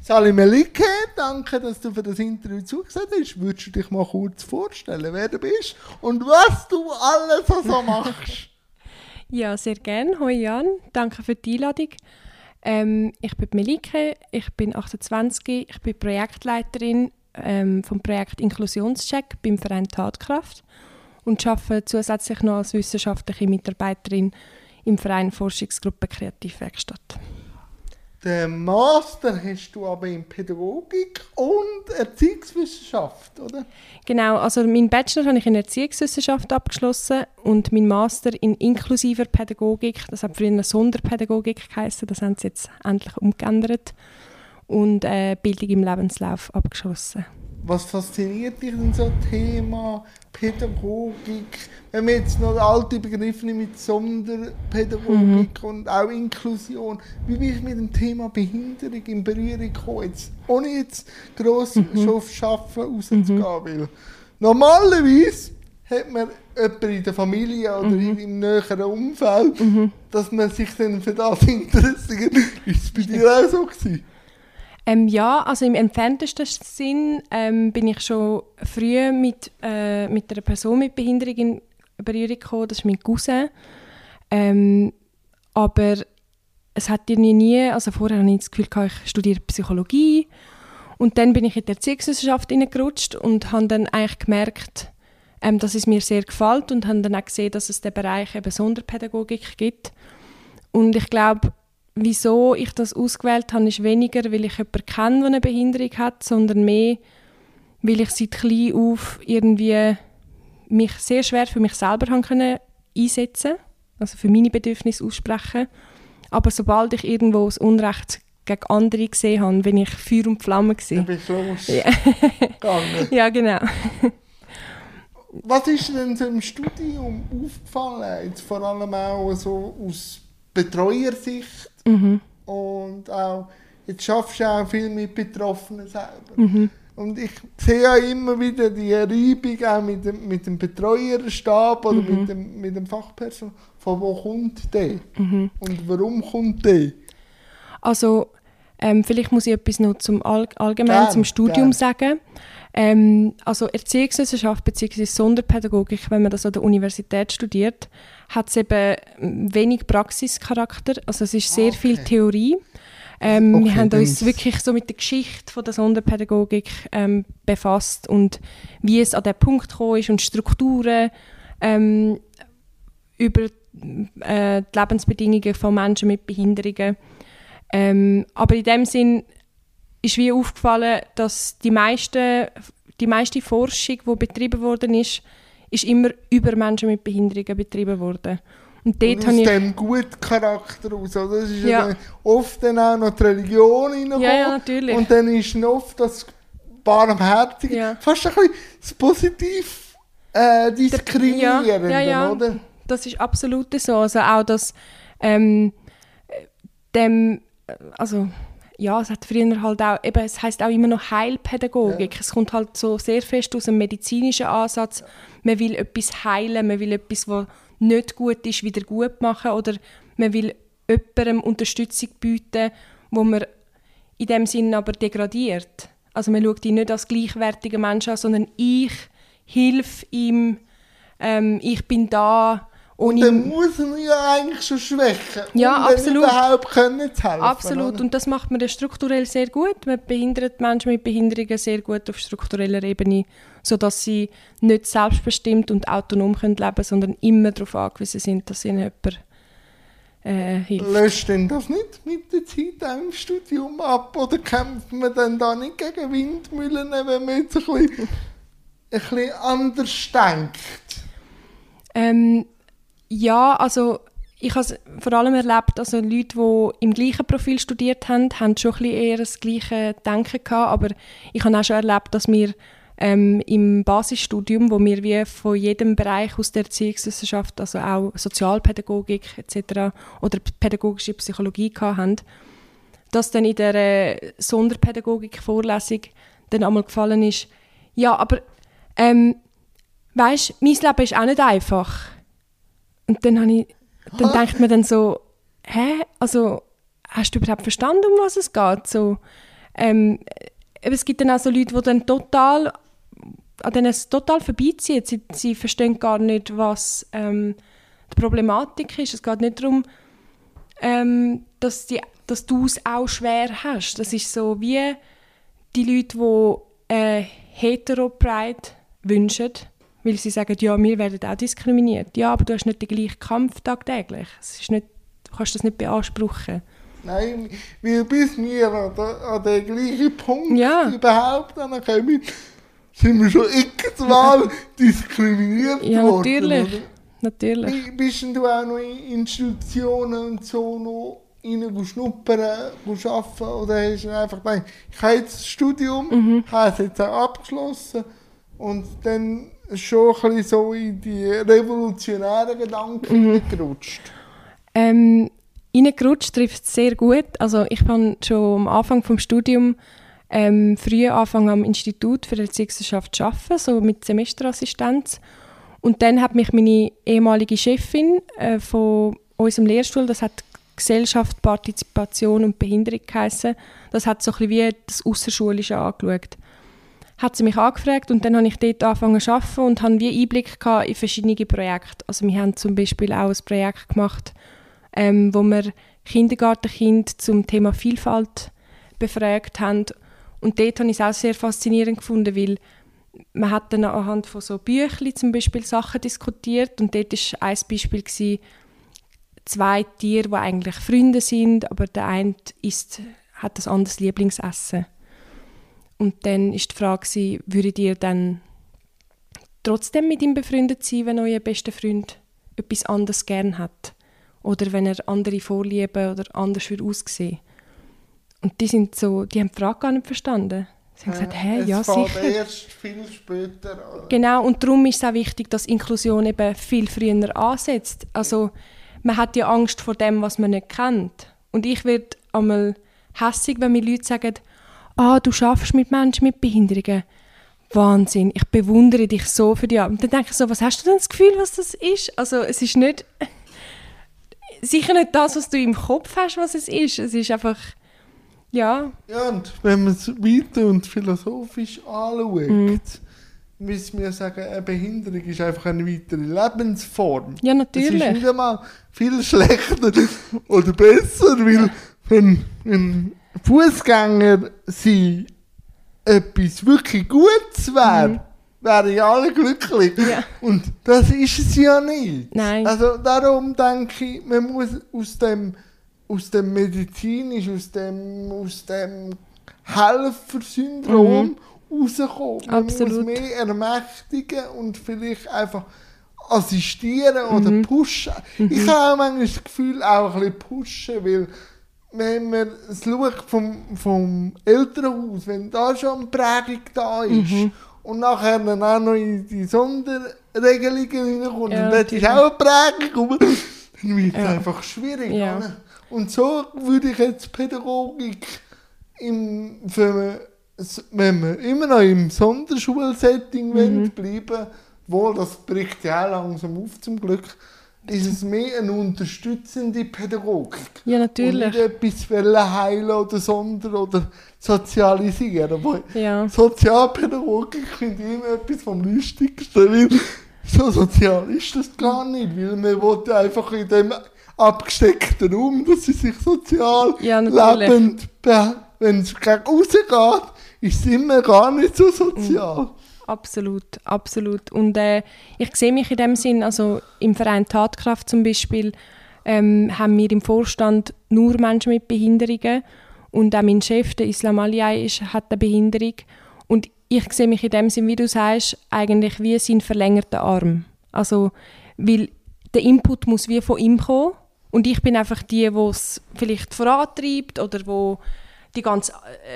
Sally Melike, danke, dass du für das Interview zugesagt hast. Würdest du dich mal kurz vorstellen, wer du bist und was du alles so machst? Ja, sehr gerne. Hoi Jan, danke für die Einladung. Ich bin Melike, ich bin 28, ich bin Projektleiterin vom Projekt Inklusionscheck beim Verein Tatkraft und arbeite zusätzlich noch als wissenschaftliche Mitarbeiterin im Verein Forschungsgruppe Kreativwerkstatt. Den Master hast du aber in Pädagogik und Erziehungswissenschaft, oder? Genau, also meinen Bachelor habe ich in Erziehungswissenschaft abgeschlossen und meinen Master in inklusiver Pädagogik, das hat früher eine Sonderpädagogik geheißen, das haben sie jetzt endlich umgeändert, und Bildung im Lebenslauf abgeschlossen. Was fasziniert dich denn so Thema Pädagogik? Wenn wir jetzt noch alte Begriffe mit Sonderpädagogik und auch Inklusion, wie will ich mit dem Thema Behinderung in Berührung kommen, jetzt, ohne jetzt gross schon aufs Arbeiten rauszugehen? Weil normalerweise hat man jemanden in der Familie oder im näheren Umfeld, dass man sich dann für das interessiert. Ist es bei dir auch so gewesen? Ja, also im entferntesten Sinn bin ich schon früh mit einer Person mit Behinderung in Berührung gekommen, das ist mein Cousin. Aber es hat irgendwie nie, also vorher hatte ich das Gefühl, ich studiere Psychologie und dann bin ich in die Erziehungswissenschaft hineingerutscht und habe dann eigentlich gemerkt, dass es mir sehr gefällt und habe dann auch gesehen, dass es den Bereich eben Sonderpädagogik gibt. Und ich glaube, wieso ich das ausgewählt habe, ist weniger, weil ich jemanden kenne, der eine Behinderung hat, sondern mehr, weil ich seit klein auf irgendwie mich sehr schwer für mich selber einsetzen konnte, also für meine Bedürfnisse aussprechen. Aber sobald ich irgendwo das Unrecht gegen andere gesehen habe, bin ich Feuer und Flamme gewesen. Dann bist du losgegangen. Ja, genau. Was ist denn so im Studium aufgefallen? Jetzt vor allem auch so aus Betreuersicht und auch, jetzt schaffst du auch viel mit Betroffenen selber. Und ich sehe ja immer wieder die Reibung auch mit dem Betreuerstab oder mit dem Fachpersonal. Von wo kommt der? Und warum kommt der? Also, vielleicht muss ich etwas noch allgemein zum Studium sagen. Also Erziehungswissenschaft bzw. Sonderpädagogik, wenn man das an der Universität studiert, hat es eben wenig Praxischarakter. Also es ist sehr viel Theorie. Wir haben uns wirklich so mit der Geschichte von der Sonderpädagogik befasst und wie es an den Punkt gekommen ist und Strukturen über die Lebensbedingungen von Menschen mit Behinderungen. Aber in dem Sinn ist wie aufgefallen, dass die meiste Forschung, die betrieben worden ist immer über Menschen mit Behinderungen betrieben worden. Und dort aus dem guten Charakter aus. Also das ist ja oft dann auch noch die Religion reingekommen. Ja, natürlich. Und dann ist oft das Barmherzige, fast ein bisschen das Positiv diskriminierende, oder? Das ist absolut so. Also auch das es hat früher halt auch, eben, es heisst auch immer noch Heilpädagogik. Es kommt halt so sehr fest aus einem medizinischen Ansatz. Man will etwas heilen, man will etwas, was nicht gut ist, wieder gut machen oder man will jemandem Unterstützung bieten, wo man in dem Sinne aber degradiert. Also man schaut ihn nicht als gleichwertigen Menschen an, sondern ich helfe ihm, ich bin da. Und dann muss man ja eigentlich schon schwächen, absolut. Überhaupt können zu helfen. Absolut, und das macht man ja strukturell sehr gut. Man behindert Menschen mit Behinderungen sehr gut auf struktureller Ebene, sodass sie nicht selbstbestimmt und autonom leben können, sondern immer darauf angewiesen sind, dass ihnen jemand hilft. Löscht denn das nicht mit der Zeit auch im Studium ab? Oder kämpft man dann da nicht gegen Windmühlen, wenn man jetzt ein bisschen anders denkt? Ja, also ich habe es vor allem erlebt, also Leute, die im gleichen Profil studiert haben, haben schon ein bisschen eher das gleiche Denken gehabt, aber ich habe auch schon erlebt, dass wir im Basisstudium, wo wir wie von jedem Bereich aus der Erziehungswissenschaft, also auch Sozialpädagogik etc. oder pädagogische Psychologie hatten, dass dann in der Sonderpädagogik-Vorlesung dann einmal gefallen ist, ja, aber weisst, mein Leben ist auch nicht einfach. Und dann denkt man dann so, also hast du überhaupt verstanden, um was es geht? So, Es gibt dann auch so Leute, die dann total an denen es total vorbeiziehen. Sie verstehen gar nicht, was die Problematik ist. Es geht nicht darum, dass du es auch schwer hast. Das ist so wie die Leute, die Hetero-Pride wünschen, weil sie sagen, ja, wir werden auch diskriminiert. Ja, aber du hast nicht den gleichen Kampf tagtäglich. Du kannst das nicht beanspruchen. Nein, weil bis wir an den gleichen Punkt überhaupt kommen, sind wir schon x-mal diskriminiert worden. Ja, natürlich. Bist du auch noch in Institutionen und so noch schnuppern, arbeiten? Oder hast du einfach gedacht, ich habe jetzt das Studium, habe es jetzt auch abgeschlossen und dann schon ein bisschen so in die revolutionären Gedanken gerutscht? Reingerutscht trifft es sehr gut. Also ich habe schon am Anfang des Studiums früh angefangen am Institut für Erziehungswissenschaft zu arbeiten, so mit Semesterassistenz. Und dann hat mich meine ehemalige Chefin von unserem Lehrstuhl, das hat Gesellschaft, Partizipation und Behinderung geheissen, das hat so ein bisschen wie das Ausserschulische angeschaut. Hat sie mich angefragt und dann habe ich dort angefangen zu arbeiten und habe wie Einblick gehabt in verschiedene Projekte. Also wir haben zum Beispiel auch ein Projekt gemacht, wo wir Kindergartenkinder zum Thema Vielfalt befragt haben. Und dort habe ich es auch sehr faszinierend gefunden, weil man hat dann anhand von so Büchlein zum Beispiel Sachen diskutiert und dort war ein Beispiel gewesen, 2 Tiere, die eigentlich Freunde sind, aber der eine hat ein anderes Lieblingsessen. Und dann war die Frage, würdet ihr dann trotzdem mit ihm befreundet sein, wenn euer bester Freund etwas anderes gern hat? Oder wenn er andere Vorlieben oder anders aussehen. Und die haben die Frage gar nicht verstanden. Sie haben gesagt, ja, sicher. Erst viel später. Oder? Genau, und darum ist es auch wichtig, dass Inklusion eben viel früher ansetzt. Also, man hat ja Angst vor dem, was man nicht kennt. Und ich werde einmal hässig, wenn mir Leute sagen, du arbeitest mit Menschen mit Behinderungen. Wahnsinn, ich bewundere dich so für die Arbeit. Und dann denke ich so, was hast du denn das Gefühl, was das ist? Also, es ist nicht... sicher nicht das, was du im Kopf hast, was es ist. Es ist einfach... Ja. Ja, und wenn man es weiter und philosophisch anschaut, müssen wir sagen, eine Behinderung ist einfach eine weitere Lebensform. Ja, natürlich. Es ist nicht einmal viel schlechter oder besser, weil wenn Fußgänger sie etwas wirklich Gutes wäre, wären ja alle glücklich. Ja. Und das ist es ja nicht. Nein. Also darum denke ich, man muss aus dem medizinisch, aus dem Helfersyndrom rauskommen. Man Absolut. muss mehr ermächtigen und vielleicht einfach assistieren oder pushen. Ich habe auch manchmal das Gefühl, auch ein bisschen pushen, weil wenn man es schaut vom Elternhaus, wenn da schon eine Prägung da ist und nachher dann auch noch in die Sonderregelungen hineinkommt und dort ist auch eine Prägung, dann wird es einfach schwierig. Ja. Oder? Und so würde ich jetzt Pädagogik, wenn wir immer noch im Sonderschulsetting bleiben, wohl, das bricht ja auch langsam auf zum Glück, ist es mehr eine unterstützende Pädagogik. Ja, natürlich. Und nicht etwas heilen oder sozialisieren. Ja. Sozialpädagogik finde ich immer etwas vom Lustigsten, weil so sozial ist das gar nicht, weil man will einfach in dem abgesteckten Raum, dass sie sich sozial lebend, wenn es gegen rausgeht, ist es immer gar nicht so sozial. Absolut, absolut. Und ich sehe mich in dem Sinn, also im Verein Tatkraft zum Beispiel, haben wir im Vorstand nur Menschen mit Behinderungen und auch mein Chef, der Islam Aliyai, hat eine Behinderung. Und ich sehe mich in dem Sinn, wie du sagst, eigentlich wie sein verlängerter Arm. Also, weil der Input muss wie von ihm kommen und ich bin einfach die es vielleicht vorantreibt oder wo die ganze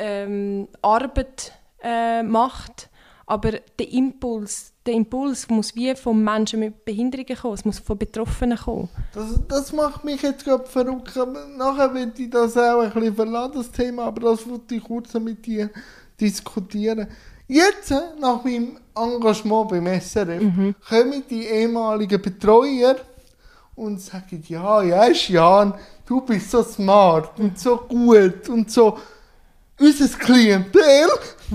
Arbeit macht. Aber der Impuls muss wie von Menschen mit Behinderungen kommen, es muss von Betroffenen kommen. Das macht mich jetzt gerade verrückt. Nachher will ich das auch ein bisschen verlassen, das Thema, aber das wollte ich kurz mit dir diskutieren. Jetzt, nach meinem Engagement beim SRF, kommen die ehemaligen Betreuer und sagen, ja, Jan, du bist so smart und so gut und so. unser Klientel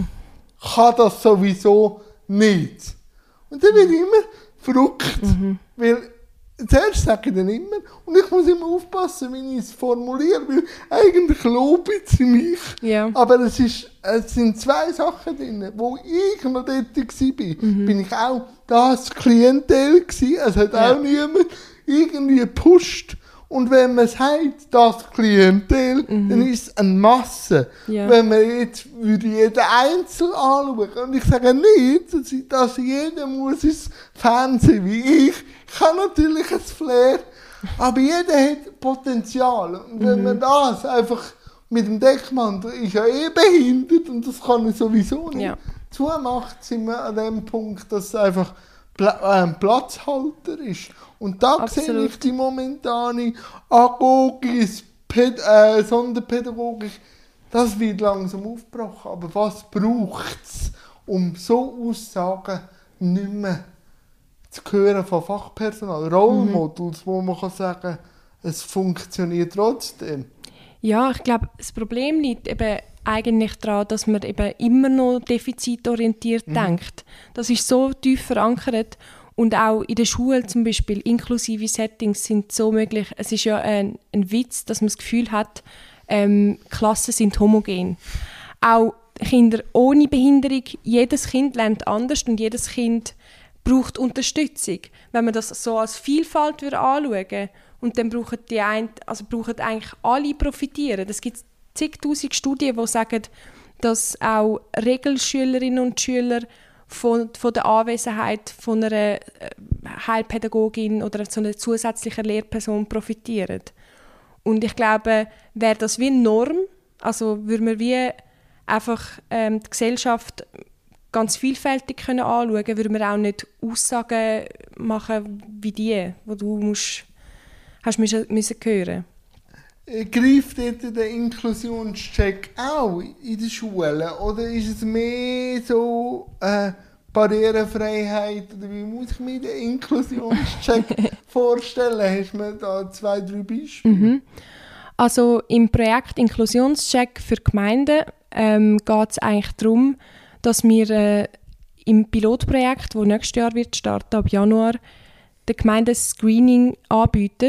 kann das sowieso nicht. Und dann bin ich immer verrückt, weil zuerst sage ich dann immer, und ich muss immer aufpassen, wie ich es formuliere, weil eigentlich lobe ich mich. Ja. Aber es sind zwei Sachen drin, wo ich noch dort war, bin ich auch das Klientel gewesen. Es hat auch niemand irgendwie gepusht. Und wenn man sagt, das Klientel, dann ist es eine Masse. Ja. Wenn man jetzt würde jeden Einzel anschauen, und ich sage nicht, dass jeder muss ins Fernsehen wie ich. Ich habe natürlich ein Flair, aber jeder hat Potenzial. Und wenn man das einfach mit dem Deckmantel ist ja behindert und das kann ich sowieso nicht zumacht, sind wir an dem Punkt, dass es einfach ein Platzhalter ist. Und da sehe ich die momentane Agogis, Sonderpädagogik, das wird langsam aufgebrochen. Aber was braucht es, um so Aussagen nicht mehr zu hören von Fachpersonal? Rollmodels, wo man kann sagen, es funktioniert trotzdem. Ja, ich glaube, das Problem liegt eben eigentlich daran, dass man eben immer noch defizitorientiert denkt. Das ist so tief verankert. Und auch in der Schule zum Beispiel, inklusive Settings sind so möglich. Es ist ja ein Witz, dass man das Gefühl hat, Klassen sind homogen. Auch Kinder ohne Behinderung, jedes Kind lernt anders und jedes Kind braucht Unterstützung. Wenn man das so als Vielfalt anschauen würde, und dann brauchen eigentlich alle profitieren. Es gibt zigtausend Studien, die sagen, dass auch Regelschülerinnen und Schüler von der Anwesenheit von einer Heilpädagogin oder so einer zusätzlichen Lehrperson profitieren. Und ich glaube, wäre das wie eine Norm, also würde man wie einfach die Gesellschaft ganz vielfältig können anschauen, würde man auch nicht Aussagen machen wie die du hast müssen hören. Greift dort der Inklusionscheck auch in den Schulen? Oder ist es mehr so Barrierefreiheit? Oder wie muss ich mir den Inklusionscheck vorstellen? Hast du mir da 2, 3 Beispiele? Also im Projekt Inklusionscheck für Gemeinden geht es eigentlich darum, dass wir im Pilotprojekt, das nächstes Jahr wird starten, ab Januar, den Gemeinden Screening anbieten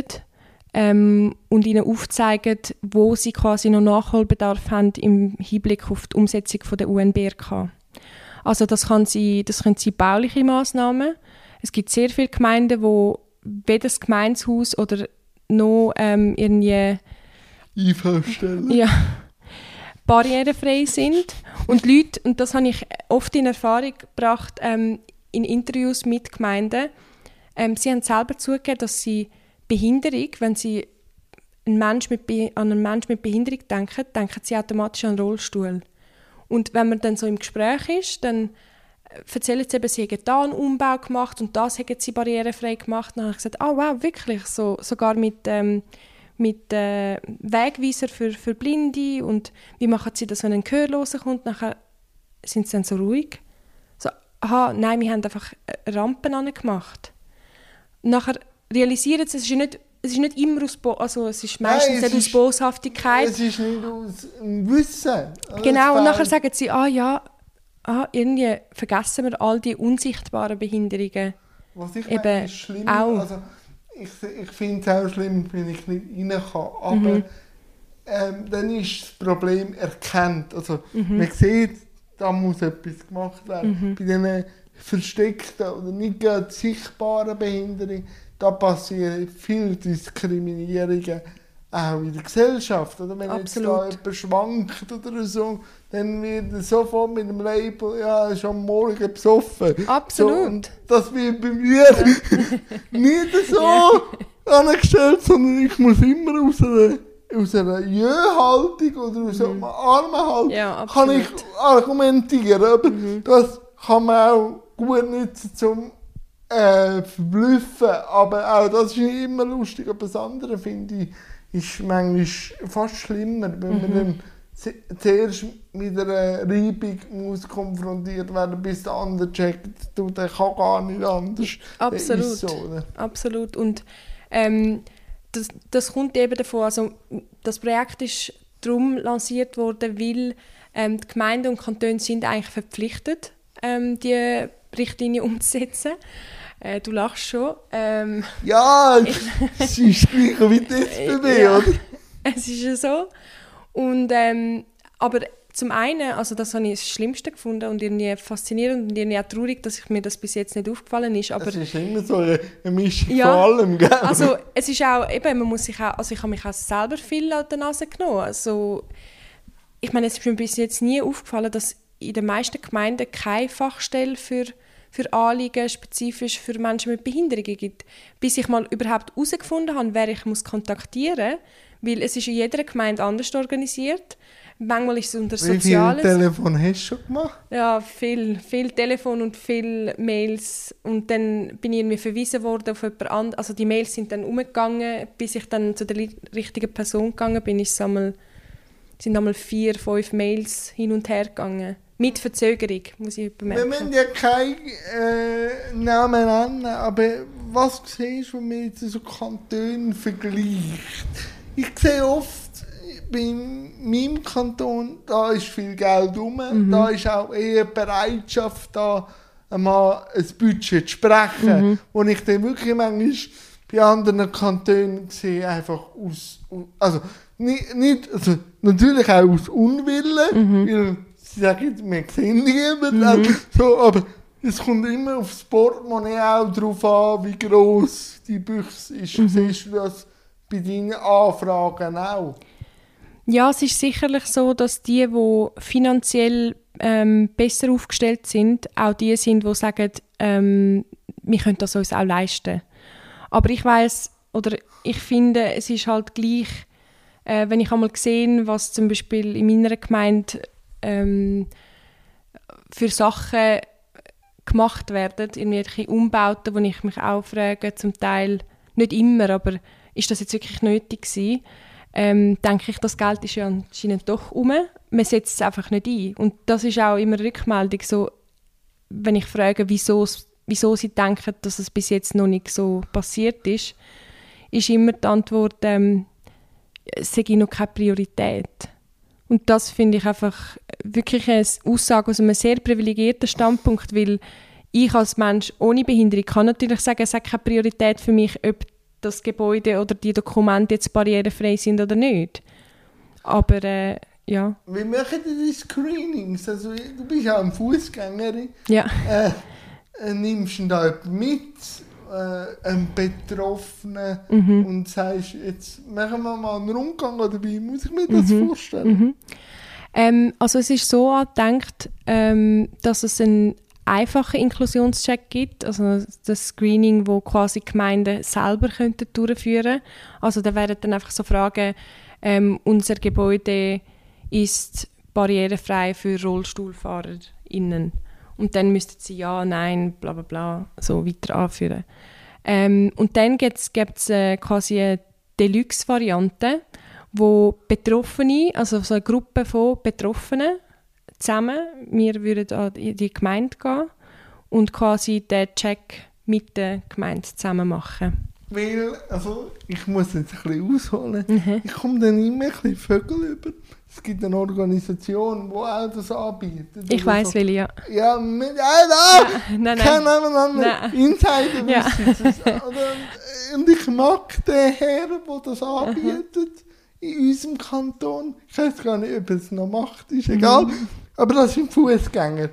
und ihnen aufzeigen, wo sie quasi noch Nachholbedarf haben im Hinblick auf die Umsetzung der UNBRK. Also das können sie bauliche Massnahmen. Es gibt sehr viele Gemeinden, wo weder das Gemeindehaus oder noch irgendwie IV-Stellen barrierefrei sind. Und die Leute, und das habe ich oft in Erfahrung gebracht, in Interviews mit Gemeinden, sie haben selber zugegeben, dass sie Behinderung, wenn sie an einen Menschen mit Behinderung denken sie automatisch an einen Rollstuhl. Und wenn man dann so im Gespräch ist, dann erzählen sie eben, sie hätten da einen Umbau gemacht und das hätten sie barrierefrei gemacht. Dann habe ich gesagt, wow, wirklich, sogar mit Wegweiser für Blinde und wie machen sie das, wenn ein Gehörloser kommt? Nachher sind sie dann so ruhig. So, nein, wir haben einfach Rampen angemacht. Nachher realisieren sie, es ist nicht immer es ist meistens nicht aus Boshaftigkeit. Es ist nicht aus Wissen. Genau, und nachher sagen sie, irgendwie vergessen wir all die unsichtbaren Behinderungen. Was ich meine, ist schlimm. Auch. Also, ich finde es auch schlimm, wenn ich nicht rein kann. Aber dann ist das Problem erkannt. Also, man sieht, da muss etwas gemacht werden. Bei diesen versteckten oder nicht gerade sichtbaren Behinderungen, da passieren viele Diskriminierungen auch in der Gesellschaft. Oder wenn jetzt da jemand schwankt oder so, dann wird er sofort mit dem Label, er ist am Morgen besoffen. Absolut. So, und das wird bei mir nicht so angestellt, sondern ich muss immer aus einer Jö-Haltung oder aus einer Armenhaltung kann ich argumentieren. Aber das kann man auch gut nutzen zum verblüffen. Aber auch das ist nicht immer lustig. Aber das andere, finde ich, ist manchmal fast schlimmer, wenn man dann zuerst mit einer Reibung muss konfrontiert werden, bis der andere checkt, der kann gar nicht anders. Absolut. Ist so, ne? Absolut. Und das kommt eben davon. Also, das Projekt ist darum lanciert worden, weil Die Gemeinden und Kantone sind eigentlich verpflichtet, die Richtlinie umzusetzen. Du lachst schon. Ja, es ist gleich wie die SBB, ja, oder? Es ist ja so. Und, aber zum einen, also das habe ich das Schlimmste gefunden und irgendwie faszinierend und irgendwie auch traurig, dass mir das bis jetzt nicht aufgefallen ist. Aber es ist immer so eine Mischung ja, von allem, gell? Also es ist auch, eben, man muss sich auch, also ich habe mich auch selber viel an der Nase genommen. Also, ich meine, es ist mir bis jetzt nie aufgefallen, dass in den meisten Gemeinden keine Fachstelle für Anliegen spezifisch für Menschen mit Behinderungen gibt. Bis ich mal überhaupt herausgefunden habe, wer ich muss kontaktieren muss, weil es ist in jeder Gemeinde anders organisiert. Manchmal ist es unter Soziales. Wie viele Telefon hast du schon gemacht? Ja, viel Telefon und viele Mails. Und dann bin ich irgendwie verwiesen worden auf jemand anderes. Also die Mails sind dann umgegangen, bis ich dann zu der richtigen Person gegangen bin. Sind einmal 4, 5 Mails hin und her gegangen. Mit Verzögerung, muss ich bemerken. Wir müssen ja keinen Namen nennen, aber was siehst du, wenn man jetzt so Kantone vergleicht? Ich sehe oft, bei meinem Kanton, da ist viel Geld rum, da ist auch eher Bereitschaft da, einmal ein Budget zu sprechen, wo ich dann wirklich manchmal bei anderen Kantonen sehe, einfach also nicht, also natürlich auch aus Unwillen, weil sie sagen, wir sehen niemanden, so, aber es kommt immer aufs Portemonnaie auch darauf an, wie gross die Büchse ist. Siehst du das bei deinen Anfragen auch? Ja, es ist sicherlich so, dass die finanziell besser aufgestellt sind, auch die sind, die sagen, wir können das uns auch leisten. Aber ich weiss, oder ich finde, es ist halt gleich, wenn ich einmal sehe, was zum Beispiel in meiner Gemeinde für Sachen gemacht werden, irgendwelche Umbauten, wo ich mich auch frage, zum Teil nicht immer, aber ist das jetzt wirklich nötig gewesen? Denke ich, das Geld ist ja anscheinend doch um. Man setzt es einfach nicht ein. Und das ist auch immer eine Rückmeldung, so, wenn ich frage, wieso sie denken, dass es bis jetzt noch nicht so passiert ist immer die Antwort, es sei noch keine Priorität. Und das finde ich einfach wirklich eine Aussage aus einem sehr privilegierten Standpunkt, weil ich als Mensch ohne Behinderung kann natürlich sagen, es hat keine Priorität für mich, ob das Gebäude oder die Dokumente jetzt barrierefrei sind oder nicht. Aber ja. Wie machen die Screenings? Also, du bist ja eine Fußgängerin. Ja. Nimmst du da jemanden mit, einen Betroffenen und sagst, jetzt machen wir mal einen Rundgang, oder wie muss ich mir das vorstellen? Also es ist so angedenkt, dass es einen einfachen Inklusionscheck gibt, also das Screening, wo quasi Gemeinden selber durchführen könnten. Also da wären dann einfach so Fragen, unser Gebäude ist barrierefrei für RollstuhlfahrerInnen. Und dann müssten sie ja, nein, bla bla bla, so weiter anführen. Und dann gibt es quasi eine Deluxe-Variante, wo Betroffene, also so eine Gruppe von Betroffenen zusammen, wir würden an die Gemeinde gehen und quasi den Check mit der Gemeinde zusammen machen. Weil, also ich muss jetzt ein bisschen ausholen, ich komme dann immer ein bisschen Vögel über. Es gibt eine Organisation, die auch das anbietet. Ich weiss, so. Welche, ja. Ja, nein. Kein Insider wissen. Und ich mag den Herrn, der das anbietet in unserem Kanton. Ich weiß gar nicht, ob er es noch macht, ist egal. Aber das sind Fußgänger.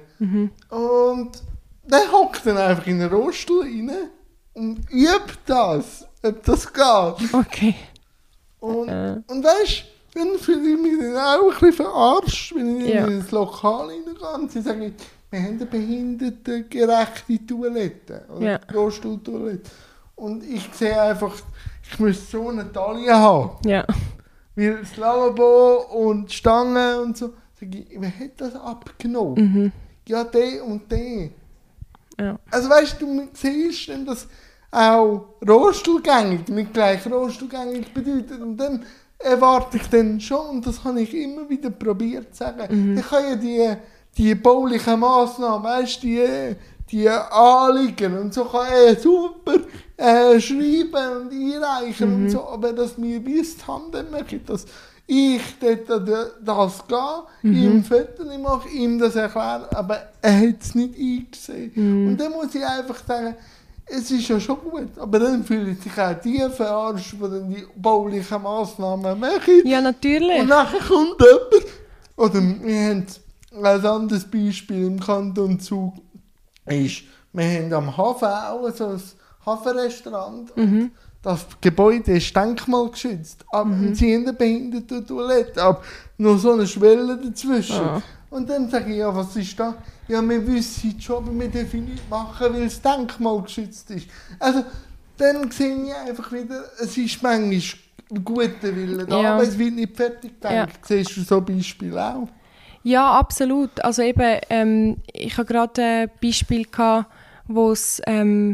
Und der hockt dann einfach in den Rollstuhl rein und übt das, ob das geht. Okay. Und weißt du, dann fühle ich mich dann auch ein bisschen verarscht, wenn ich in ein Lokal reingehe und sie sagen, wir haben eine behindertengerechte Toilette oder Rollstuhltoilette. Und ich sehe einfach, ich müsste so eine Taille haben. Ja. Weil das Lavabo und die Stange und so, sage ich, wer hat das abgenommen? Ja, der und der. Ja. Also weißt du siehst dann, dass auch Rollstuhlgängig nicht gleich Rollstuhlgängig bedeutet. Und dann erwarte ich dann schon, und das habe ich immer wieder probiert zu sagen, ich kann ja die baulichen Massnahmen, weißt du, die Anliegen und so kann er super schreiben und einreichen und so, aber dass wir wie das Tandem machen, das ich dort das gehen, ihm Fotos machen, ihm das erklären, aber er hat es nicht eingesehen. Und dann muss ich einfach sagen, es ist ja schon gut, aber dann fühlen sich auch die verarscht, die dann die baulichen Massnahmen machen. Ja, natürlich. Und nachher kommt jemand, oder wir haben ein anderes Beispiel im Kanton Zug, ist, wir haben am Hafen auch so ein Hafenrestaurant. Und das Gebäude ist denkmalgeschützt, aber sie haben eine behinderte Toilette, aber noch so eine Schwelle dazwischen. Ah. Und dann sage ich, ja, was ist da? Ja, wir wissen es schon, aber wir dürfen nichts machen, weil es denkmalgeschützt ist. Also, dann sehe ich einfach wieder, es ist manchmal ein guter Wille da, Ja. aber es wird nicht fertig gedacht. Ja. Siehst du so Beispiele auch? Ja, absolut. Also eben, ich habe gerade ein Beispiel gehabt, wo es ein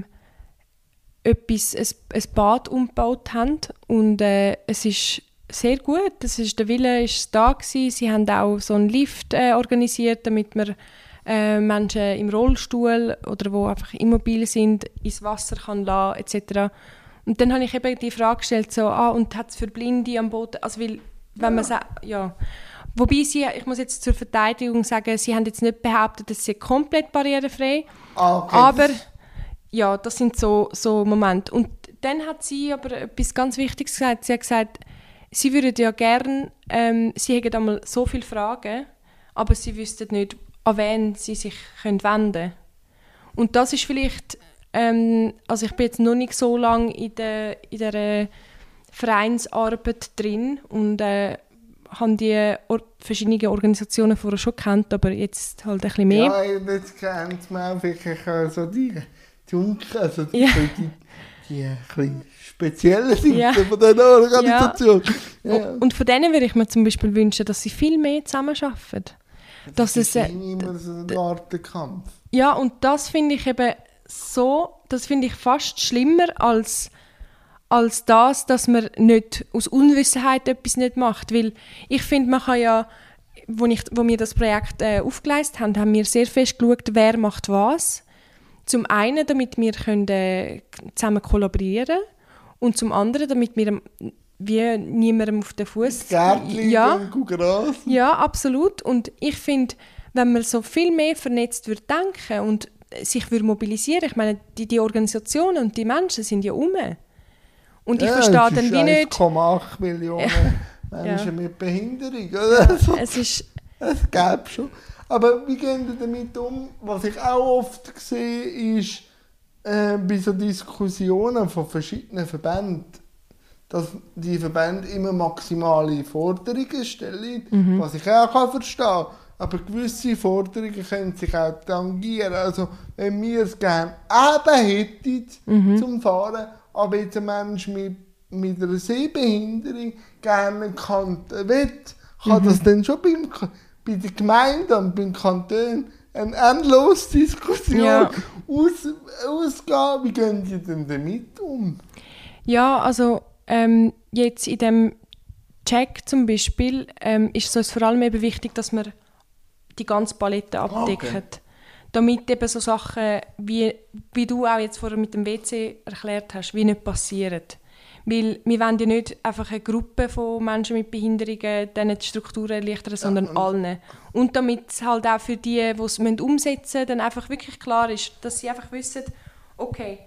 Bad umgebaut haben und es ist sehr gut. Der Wille ist da gewesen. Sie haben auch so einen Lift organisiert, damit man Menschen im Rollstuhl oder wo einfach immobil sind ins Wasser kann lassen etc. Und dann habe ich eben die Frage gestellt, so, und hat es für Blinde am Boden, also weil, wenn man sagt, ja. Wobei ich muss jetzt zur Verteidigung sagen, sie haben jetzt nicht behauptet, dass sie komplett barrierefrei, Okay, aber ja, das sind so Momente. Und dann hat sie aber etwas ganz Wichtiges gesagt. Sie hat gesagt, sie würden ja gerne, sie hätten einmal so viele Fragen, aber sie wüssten nicht, an wen sie sich wenden können. Und das ist vielleicht, also ich bin jetzt noch nicht so lange in der Vereinsarbeit drin und habe die verschiedenen Organisationen vorher schon gekannt, aber jetzt halt ein bisschen mehr. Ja, jetzt kennt man auch wirklich so die Dunkel, also die, Ja. die ein bisschen speziellen Seiten Ja. von dieser Organisation. Ja. Und von denen würde ich mir zum Beispiel wünschen, dass sie viel mehr zusammenarbeiten. Dass Das es, ist immer so ein Gartenkampf. ja, und das finde ich eben das finde ich fast schlimmer als das, dass man nicht aus Unwissenheit etwas nicht macht. Weil ich finde, man kann ja, wo wir das Projekt aufgeleistet haben, haben wir sehr fest geschaut, wer macht was. Zum einen, damit wir können, zusammen kollaborieren können und zum anderen, damit wir wie niemandem auf den Fuß. Gärtchen, Ja, Gras. ja, absolut. Und ich finde, wenn man so viel mehr vernetzt würde denken und sich würde mobilisieren, ich meine, die Organisationen und die Menschen sind ja um. Und ich verstehe dann wie nicht. 1,8 Millionen Menschen mit Behinderung. Oder? Also, Es gäbe schon. Aber wie gehen Sie damit um? Was ich auch oft sehe, ist bei so Diskussionen von verschiedenen Verbänden, dass die Verbände immer maximale Forderungen stellen, was ich auch verstehen kann. Aber gewisse Forderungen können sich auch tangieren. Also, wenn wir es gerne eben hätten zum Fahren, aber jetzt ein Mensch mit einer Sehbehinderung gerne Kante will, kann das dann schon bei der Gemeinde und beim Kanton eine endlose Diskussion ausgehen. Wie gehen die denn damit um? Ja, also jetzt in dem Check zum Beispiel ist es vor allem eben wichtig, dass man die ganze Palette abdeckt. Okay. Damit eben so Sachen, wie du auch jetzt vorher mit dem WC erklärt hast, wie nicht passieren. Weil wir wollen ja nicht einfach eine Gruppe von Menschen mit Behinderungen denen die Strukturen erleichtern, sondern allen. Und damit es halt auch für die, die es umsetzen müssen, dann einfach wirklich klar ist, dass sie einfach wissen, okay,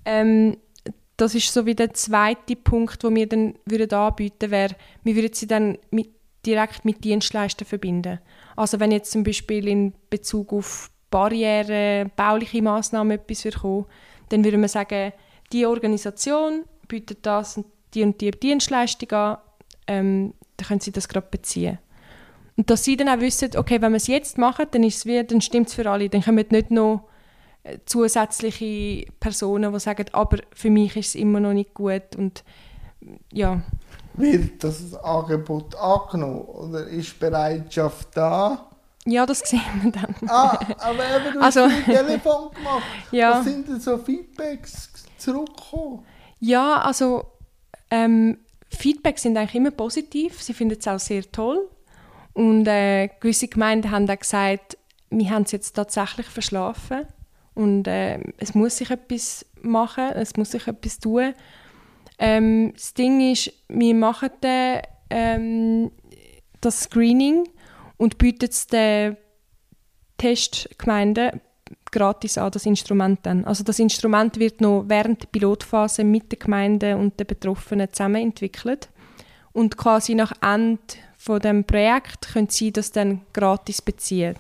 das ist so wie der zweite Punkt, den wir dann anbieten würden, wäre, wir würden sie dann direkt mit Dienstleistern verbinden. Also wenn jetzt zum Beispiel in Bezug auf Barrieren, bauliche Massnahmen etwas kommen, dann würde man sagen, die Organisation bietet das und die Dienstleistung an, dann können sie das gerade beziehen. Und dass sie dann auch wissen, okay, wenn wir es jetzt machen, dann stimmt es für alle. Dann kommen nicht noch zusätzliche Personen, die sagen, aber für mich ist es immer noch nicht gut. Und, ja. Wird das Angebot angenommen oder ist Bereitschaft da? Ja, das sehen wir dann. Aber eben, du hast ein Telefon gemacht. Ja. Was sind denn so Feedbacks zurückgekommen? Ja, also Feedbacks sind eigentlich immer positiv. Sie finden es auch sehr toll. Und gewisse Gemeinden haben auch gesagt, wir haben es jetzt tatsächlich verschlafen. Und es muss sich etwas machen, es muss sich etwas tun. Das Ding ist, wir machen das Screening und bietet es den Testgemeinden gratis an, das Instrument dann. Also das Instrument wird noch während der Pilotphase mit den Gemeinden und den Betroffenen zusammen entwickelt. Und quasi nach Ende von dem Projekt können sie das dann gratis beziehen.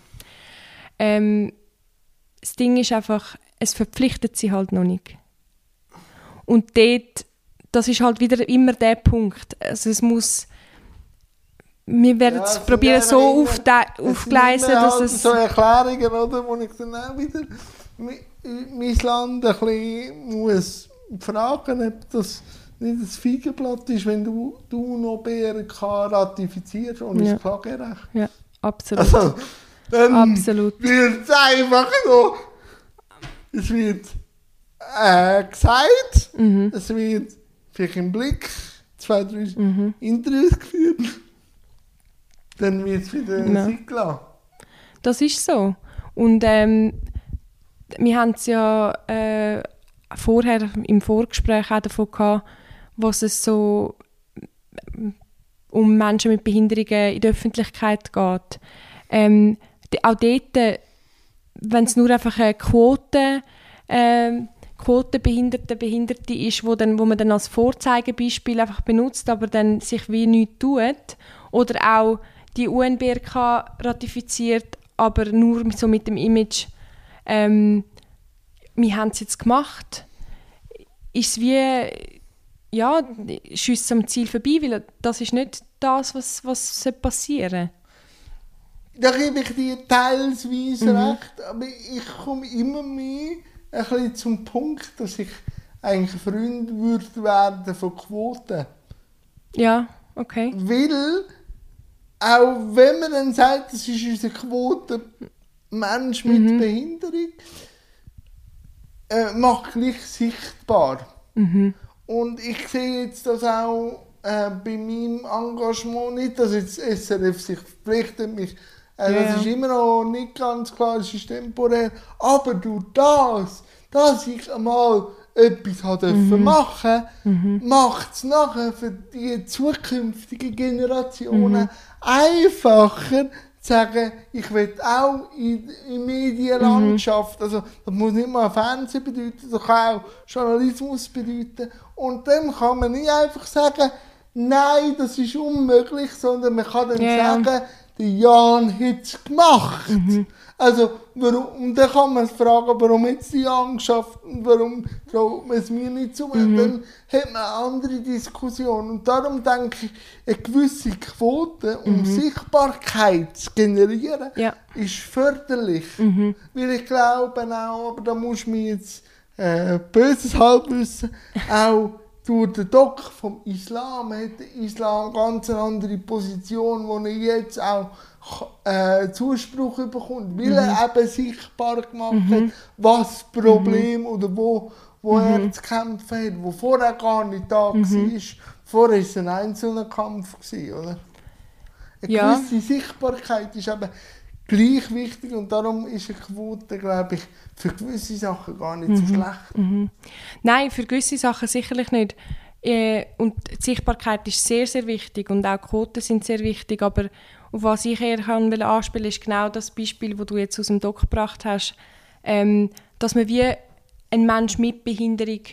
Das Ding ist einfach, es verpflichtet sie halt noch nicht. Und dort, das ist halt wieder immer der Punkt. Also es muss, wir werden es probieren so aufgleisen, dass halt es... so Erklärungen, oder, wo ich dann auch wieder mein Land ein bisschen muss fragen, ob das nicht ein Feigenblatt ist, wenn du noch BRK ratifizierst ohne das Klagerecht. Ja, absolut. Also, dann absolut. wird es einfach so, es wird gesagt, es wird vielleicht im Blick 2, 3 Interviews geführt, dann wird es wieder Zeit gelassen. Das ist so. Und wir haben es ja vorher im Vorgespräch auch davon gehabt, was es so um Menschen mit Behinderungen in der Öffentlichkeit geht. Auch dort, wenn es nur einfach eine Quotenbehinderte ist, wo man dann als Vorzeigebeispiel einfach benutzt, aber dann sich wie nichts tut. Oder auch die UNBRK ratifiziert, aber nur so mit dem Image, wir haben es jetzt gemacht, ist es wie, ja, schießt am Ziel vorbei, weil das ist nicht das, was passieren sollte. Da gebe ich dir teilweise recht, aber ich komme immer mehr ein bisschen zum Punkt, dass ich eigentlich Freund würde werden von Quoten. Ja, okay. Weil, auch wenn man dann sagt, das ist unsere Quote Mensch mit Behinderung, macht gleich sichtbar. Und ich sehe jetzt das auch bei meinem Engagement nicht, dass jetzt SRF sich verpflichtet, mich, das ist immer noch nicht ganz klar, es ist temporär, aber durch das, dass ich einmal etwas machen durfte, macht es nachher für die zukünftigen Generationen einfacher, zu sagen, ich will auch in die Medienlandschaft, also das muss nicht mal Fernsehen bedeuten, das kann auch Journalismus bedeuten. Und dann kann man nicht einfach sagen, nein, das ist unmöglich, sondern man kann dann sagen, der Jan hat es gemacht. Also, warum, und dann kann man sich fragen, warum hat es die Jan geschafft und warum traut man es mir nicht zu. Dann hat man eine andere Diskussion. Und darum denke ich, eine gewisse Quote, um Sichtbarkeit zu generieren, ist förderlich. Weil ich glaube auch, aber da muss man jetzt böses Halbwissen, auch durch den Doc vom Islam hat der Islam ganz eine andere Position, wo er jetzt auch Zuspruch bekommt, weil er eben sichtbar gemacht hat, was das Problem oder wo er zu kämpfen hat, wo vorher gar nicht da war. Vorher war es ein einzelner Kampf, oder? Eine gewisse Sichtbarkeit ist eben gleich wichtig und darum ist eine Quote, glaube ich, für gewisse Sachen gar nicht so schlecht. Nein, für gewisse Sachen sicherlich nicht. Und die Sichtbarkeit ist sehr, sehr wichtig und auch Quoten sind sehr wichtig, aber auf was ich eher anspielen will, ist genau das Beispiel, das du jetzt aus dem Doc gebracht hast, dass man wie einen Mensch mit Behinderung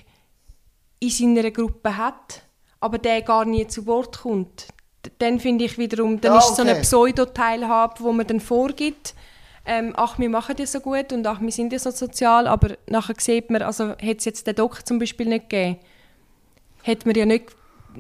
in seiner Gruppe hat, aber der gar nie zu Wort kommt. Dann finde ich wiederum, dann ist es so eine Pseudo-Teilhabe, wo man dann vorgibt, ach, wir machen das so gut und ach, wir sind ja so sozial, aber nachher sieht man, also hätte es jetzt den Doc zum Beispiel nicht gegeben, hätte man ja nicht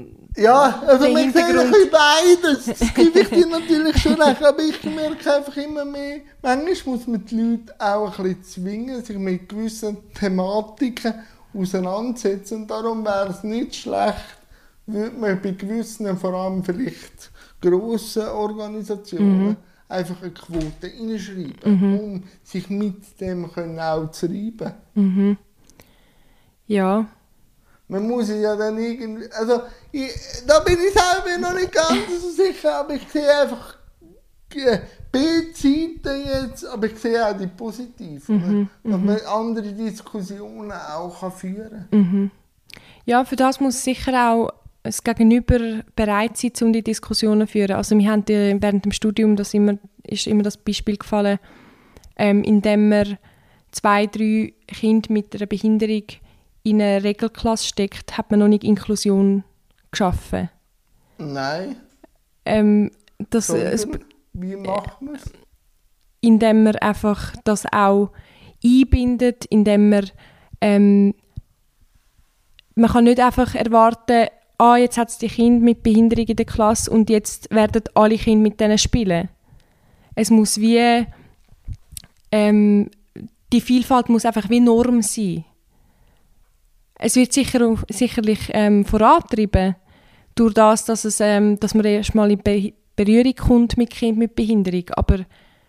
ja, also man sieht ein bisschen beides, das gebe ich dir natürlich schon recht, aber ich merke einfach immer mehr, manchmal muss man die Leute auch ein bisschen zwingen, sich mit gewissen Thematiken auseinandersetzen und darum wäre es nicht schlecht, würde man bei gewissen, vor allem vielleicht grossen Organisationen, einfach eine Quote reinschreiben, um sich mit dem können auch zu reiben. Ja. Man muss ja dann irgendwie, also da bin ich selber noch nicht ganz so sicher, aber ich sehe einfach B-Seiten jetzt, aber ich sehe auch die positiven, dass man andere Diskussionen auch führen kann. Ja, für das muss sicher auch das Gegenüber bereit sein, um die Diskussionen zu führen. Also wir haben während dem Studium ist immer das Beispiel gefallen, indem man 2, 3 Kinder mit einer Behinderung in eine Regelklasse steckt, hat man noch nicht Inklusion geschaffen. Nein. Wie macht man es? Indem man einfach das auch einbindet, indem man kann nicht einfach erwarten, jetzt hat es die Kinder mit Behinderung in der Klasse und jetzt werden alle Kinder mit denen spielen. Es muss wie die Vielfalt muss einfach wie Norm sein. Es wird sicherlich vorantrieben durch das, dass man erst mal in Berührung kommt mit Kindern mit Behinderung. Aber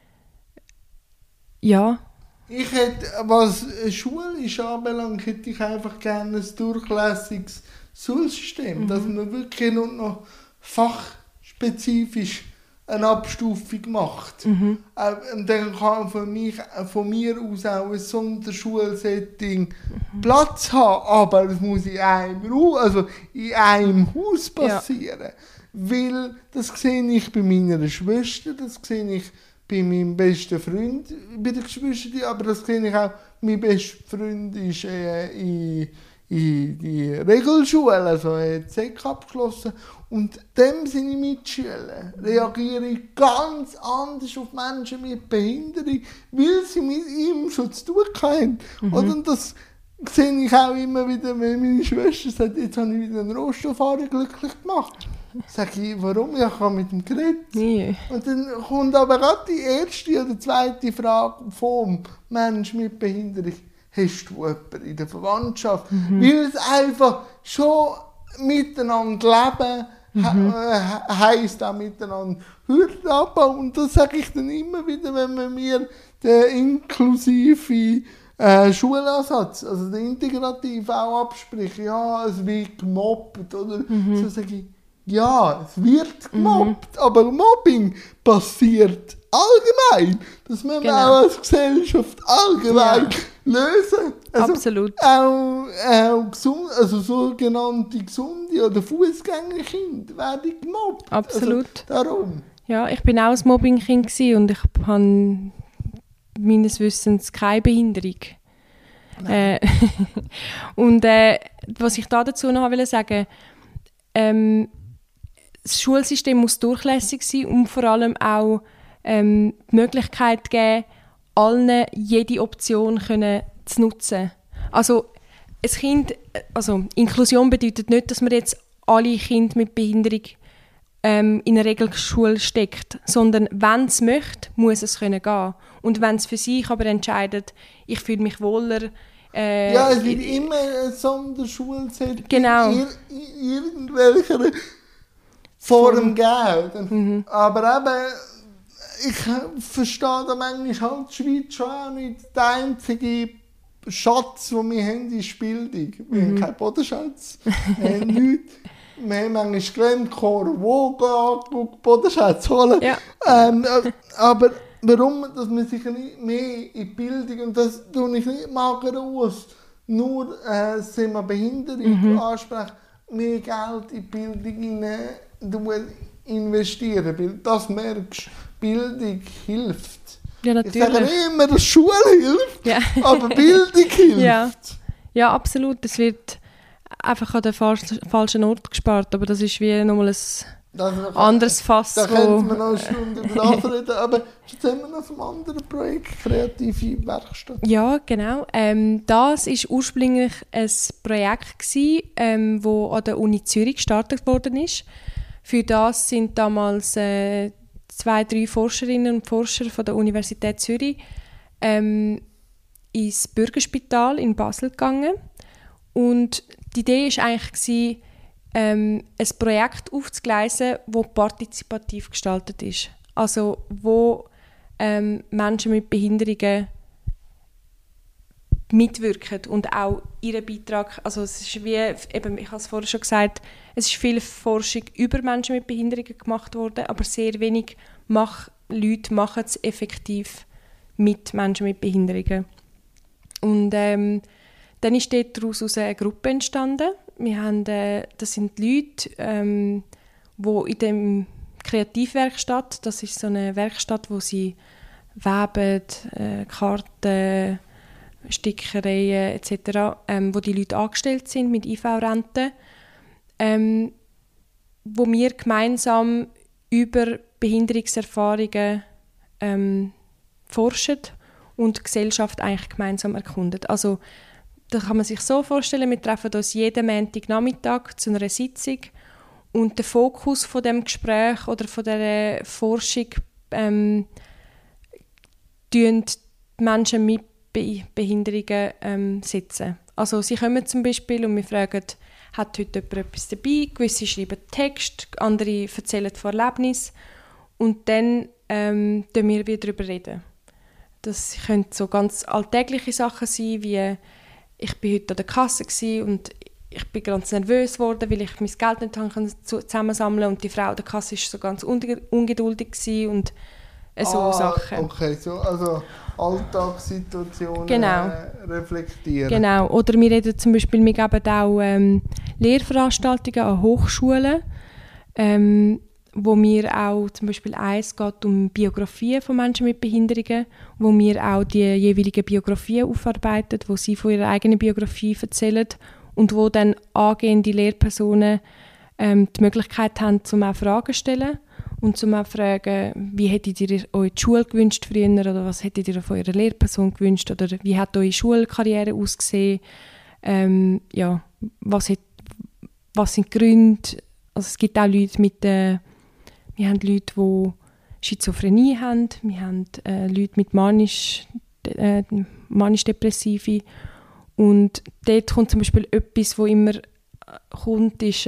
ja. Ich hätte, was schulisch anbelangt, hätte ich einfach gerne ein durchlässiges Schulsystem, dass man wirklich nur noch fachspezifisch eine Abstufung macht. Und dann kann von mir aus auch ein Sonderschulsetting Platz haben, aber es muss in einem Haus passieren. Ja. Weil das sehe ich bei meiner Schwester, das sehe ich bei meinem besten Freund, bei der Geschwister, aber das sehe ich auch, mein bester Freund ist in die Regelschule, also er hat SEC abgeschlossen. Und dem seine Mitschüler reagieren ganz anders auf Menschen mit Behinderung, weil sie mit ihm schon zu tun haben. Und das sehe ich auch immer wieder, wenn meine Schwester sagt, jetzt habe ich wieder einen Rohstofffahrer glücklich gemacht. Sage ich, warum? Ich habe mit ihm geredet. Yeah. Und dann kommt aber gerade die erste oder zweite Frage vom Mensch mit Behinderung. Hast du jemanden in der Verwandtschaft? Weil es einfach schon miteinander leben heisst auch miteinander Hürden abbauen. Und das sage ich dann immer wieder, wenn man mir den inklusiven Schulansatz, also den integrativ auch abspricht. Ja, es wird gemobbt. Oder so sage ich, ja, es wird gemobbt, aber Mobbing passiert allgemein. Das müssen wir auch als Gesellschaft allgemein lösen. Also absolut. Auch sogenannte gesunde oder Fußgängerkinder werden gemobbt. Absolut. Also, darum. Ja, ich bin auch ein Mobbingkind und ich habe meines Wissens keine Behinderung. Und was ich dazu noch sagen will, das Schulsystem muss durchlässig sein und vor allem auch die Möglichkeit geben, allen jede Option zu nutzen. Also, Inklusion bedeutet nicht, dass man jetzt alle Kinder mit Behinderung in eine Regelschule steckt, sondern wenn es möchte, muss es gehen können. Und wenn es für sich aber entscheidet, ich fühle mich wohler. Es wird immer ein Sonderschulsetting in irgendwelcher Form geben. Aber eben, ich verstehe da manchmal halt die Schweiz schon auch nicht. Der einzige Schatz, den wir haben, ist Bildung. Wir haben keinen Bodenschatz, wir haben nichts. Wir haben manchmal Geländechor, wo Bodenschätze holen. Ja. Aber warum, dass man sich nicht mehr in Bildung, und das tue ich nicht mager aus, nur das Thema Behinderung ansprechen, mehr Geld in Bildung investieren. Weil das merkst du, Bildung hilft. Ja, natürlich. Ich sage nicht immer, dass Schule hilft, aber Bildung hilft. Ja, absolut. Es wird einfach an den falschen Ort gespart, aber das ist wie nochmal ein anderes Fass. Da könnte man noch eine Stunde über das reden, aber jetzt haben wir noch vom anderen Projekt, kreative Werkstatt. Ja, genau. Das war ursprünglich ein Projekt, das an der Uni Zürich gestartet worden ist. Für das sind damals 2, 3 Forscherinnen und Forscher von der Universität Zürich ins Bürgerspital in Basel gegangen. Und die Idee war eigentlich, ein Projekt aufzugleisen, das partizipativ gestaltet ist. Also wo Menschen mit Behinderungen mitwirken und auch ihren Beitrag, also es ist wie, eben, ich habe es vorher schon gesagt, es ist viel Forschung über Menschen mit Behinderungen gemacht worden, aber sehr wenig Leute machen es effektiv mit Menschen mit Behinderungen. Und dann ist daraus eine Gruppe entstanden, Das sind Leute, die in dem Kreativwerkstatt, das ist so eine Werkstatt, wo sie weben, Karten, Stickereien etc., wo die Leute angestellt sind mit IV-Rente, wo wir gemeinsam über Behinderungserfahrungen forschen und die Gesellschaft eigentlich gemeinsam erkunden. Also da kann man sich so vorstellen, wir treffen uns jeden Montagnachmittag zu einer Sitzung und der Fokus von dem Gespräch oder von dieser Forschung tun die Menschen mit Behinderungen setzen. Also sie kommen zum Beispiel und wir fragen, hat heute jemand etwas dabei? Gewisse schreiben Text, andere erzählen von Erlebnissen und dann reden wir wieder darüber reden. Das können so ganz alltägliche Sachen sein, wie ich bin heute an der Kasse und ich bin ganz nervös geworden, weil ich mein Geld nicht zusammensammeln konnte und die Frau an der Kasse war so ganz ungeduldig und so Sachen. Okay, also Alltagssituationen reflektieren. Genau, oder wir reden zum Beispiel, wir geben auch Lehrveranstaltungen an Hochschulen, wo wir auch, zum Beispiel eins geht um Biografien von Menschen mit Behinderungen, wo wir auch die jeweiligen Biografien aufarbeiten, wo sie von ihrer eigenen Biografie erzählen und wo dann angehende Lehrpersonen die Möglichkeit haben, zum auch Fragen zu stellen und zum auch fragen, wie hättet ihr euch die Schule gewünscht früher oder was hättet ihr von eurer Lehrperson gewünscht oder wie hat eure Schulkarriere ausgesehen, was sind die Gründe, also es gibt auch Leute wir haben Leute, die Schizophrenie haben, wir haben Leute mit manisch-depressive und dort kommt zum Beispiel etwas, wo immer kommt, ist,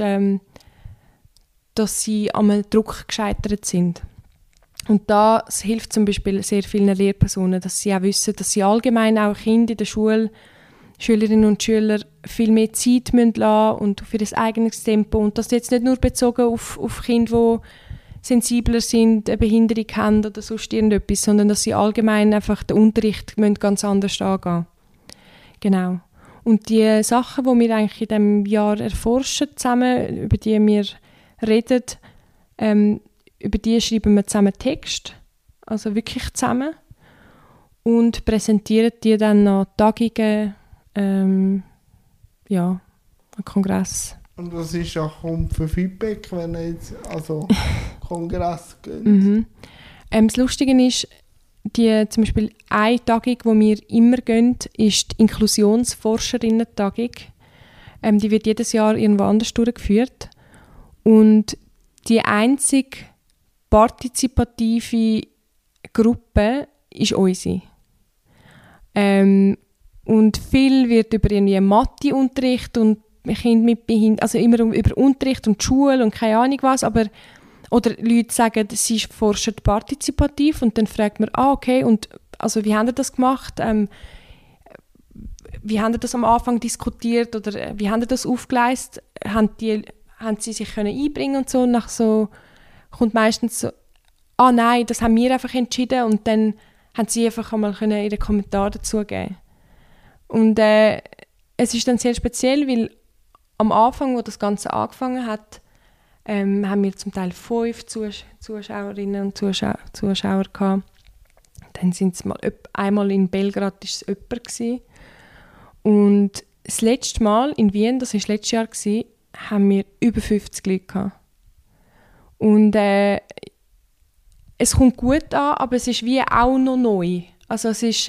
dass sie am Druck gescheitert sind. Und das hilft zum Beispiel sehr vielen Lehrpersonen, dass sie auch wissen, dass sie allgemein auch Kinder in der Schule, Schülerinnen und Schüler viel mehr Zeit lassen müssen und für das eigenes Tempo. Und das jetzt nicht nur bezogen auf Kinder, die sensibler sind, eine Behinderung haben oder sonst irgendetwas, sondern dass sie allgemein einfach den Unterricht ganz anders angehen. Genau. Und die Sachen, die wir eigentlich in diesem Jahr erforschen zusammen, über die wir reden, über die schreiben wir zusammen Text, also wirklich zusammen, und präsentieren die dann an Tagungen, an Kongress. Und was ist auch für Feedback, wenn ihr jetzt Kongress geht? Das Lustige ist, zum Beispiel eine Tagung, die wir immer gehen, ist die Inklusionsforscherinnen-Tagung. Die wird jedes Jahr irgendwo anders durchgeführt. Und die einzige partizipative Gruppe ist unsere. Und viel wird über irgendwie Matheunterricht und Kinder mit Behinderung, also immer über Unterricht und Schule und keine Ahnung was, oder Leute sagen, sie forschen partizipativ und dann fragt man, okay, und also wie haben ihr das gemacht? Wie haben ihr das am Anfang diskutiert oder wie haben ihr das aufgeleistet? Haben sie sich können einbringen und so? Und nach so kommt meistens so, nein, das haben wir einfach entschieden und dann haben sie einfach einmal ihre Kommentare dazu geben. Und es ist dann sehr speziell, weil am Anfang, wo das Ganze angefangen hat, haben wir zum Teil 5 Zuschauerinnen und Zuschauer gehabt. Dann sind es einmal in Belgrad war es jemand gewesen. Und das letzte Mal in Wien, das war letztes Jahr, haben wir über 50 Leute gehabt. Und es kommt gut an, aber es ist wie auch noch neu. Also es ist,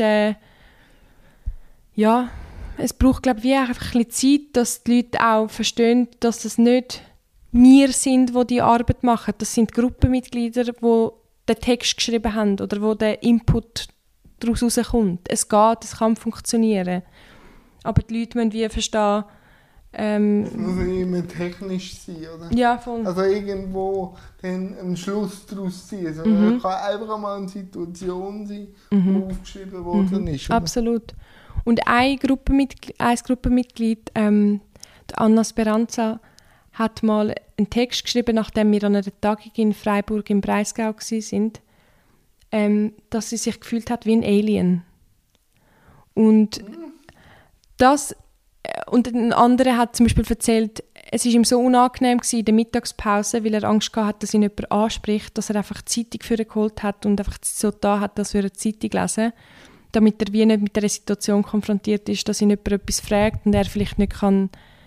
es braucht, glaube ich, wie einfach ein bisschen Zeit, dass die Leute auch verstehen, dass es nicht wir sind, die die Arbeit machen. Das sind Gruppenmitglieder, die den Text geschrieben haben oder wo der Input daraus rauskommt. Es geht, es kann funktionieren. Aber die Leute müssen wie verstehen, es muss immer technisch sein, oder? Ja, voll. Also irgendwo dann einen Schluss daraus ziehen. Also es kann einfach mal eine Situation sein, die aufgeschrieben worden ist. Oder? Absolut. Und ein Gruppenmitglied, Anna Speranza, hat mal einen Text geschrieben, nachdem wir an einer Tagung in Freiburg im Breisgau waren, dass sie sich gefühlt hat wie ein Alien. Und und ein anderer hat zum Beispiel erzählt, es war ihm so unangenehm gewesen in der Mittagspause, weil er Angst hatte, dass ihn jemand anspricht, dass er einfach die Zeitung für ihn geholt hat und einfach so da hat, dass er eine Zeitung lesen, damit er wie nicht mit der Situation konfrontiert ist, dass ihn jemand etwas fragt und er vielleicht nicht kann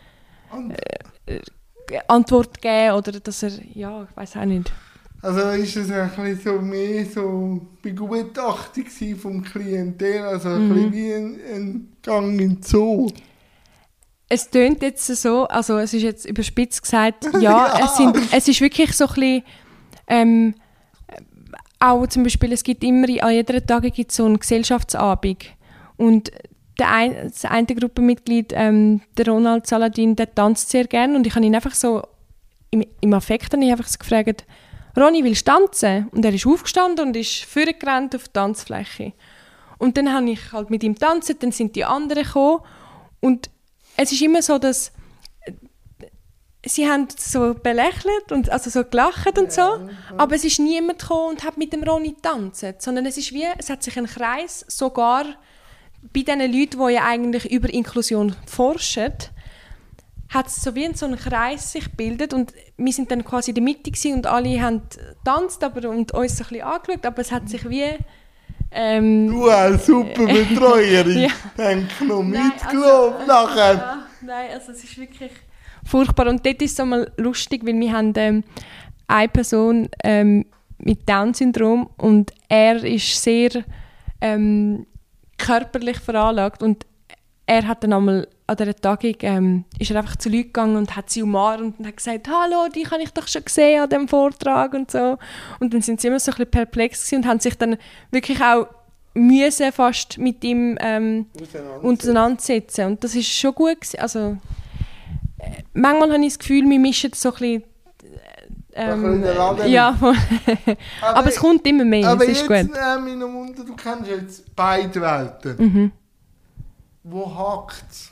Antwort geben oder dass er, ja, ich weiß auch nicht. Also ist es ein bisschen so mehr so Begutachtung vom Klientel, also ein bisschen wie ein Gang in den Zoo. Es tönt jetzt so, also es ist jetzt überspitzt gesagt, ja, es ist wirklich so ein bisschen, auch zum Beispiel, es gibt immer, an jeder Tagung gibt es so einen Gesellschaftsabend und das eine Gruppenmitglied, der Ronald Saladin, der tanzt sehr gerne und ich habe ihn einfach so, im Affekt habe ich einfach so gefragt, Ronny, willst du tanzen? Und er ist aufgestanden und ist vorgerannt auf die Tanzfläche. Und dann habe ich halt mit ihm getanzt, dann sind die anderen gekommen und es ist immer so, dass sie haben so belächelt und also so gelacht und so, aber es ist niemand gekommen und hat mit dem Ronny getanzt, sondern es ist wie, es hat sich ein Kreis, sogar bei den Leuten, die ja eigentlich über Inklusion forschen, hat es so wie so einen Kreis sich gebildet und wir sind dann quasi in der Mitte gewesen und alle haben getanzt und uns so ein bisschen angeschaut, aber es hat sich wie... du als super Betreuerin, ja. Denk noch mitgelaufen nachher. Ja, nein, also es ist wirklich furchtbar und dort ist es einmal lustig, weil wir haben eine Person mit Down-Syndrom und er ist sehr körperlich veranlagt und er hat dann einmal an dieser Tagung ist er einfach zu Leuten gegangen und hat sie umarmt und hat gesagt, «Hallo, dich habe ich doch schon gesehen an diesem Vortrag» und so. Und dann sind sie immer so ein bisschen perplex gewesen und haben sich dann wirklich auch müssen fast mit ihm auseinandersetzen. Und das ist schon gut gewesen. Also, manchmal habe ich das Gefühl, wir mischen so ein bisschen... ja, aber es kommt immer mehr, aber es ist jetzt, gut. Du kennst jetzt beide Welten. Wo hakt es?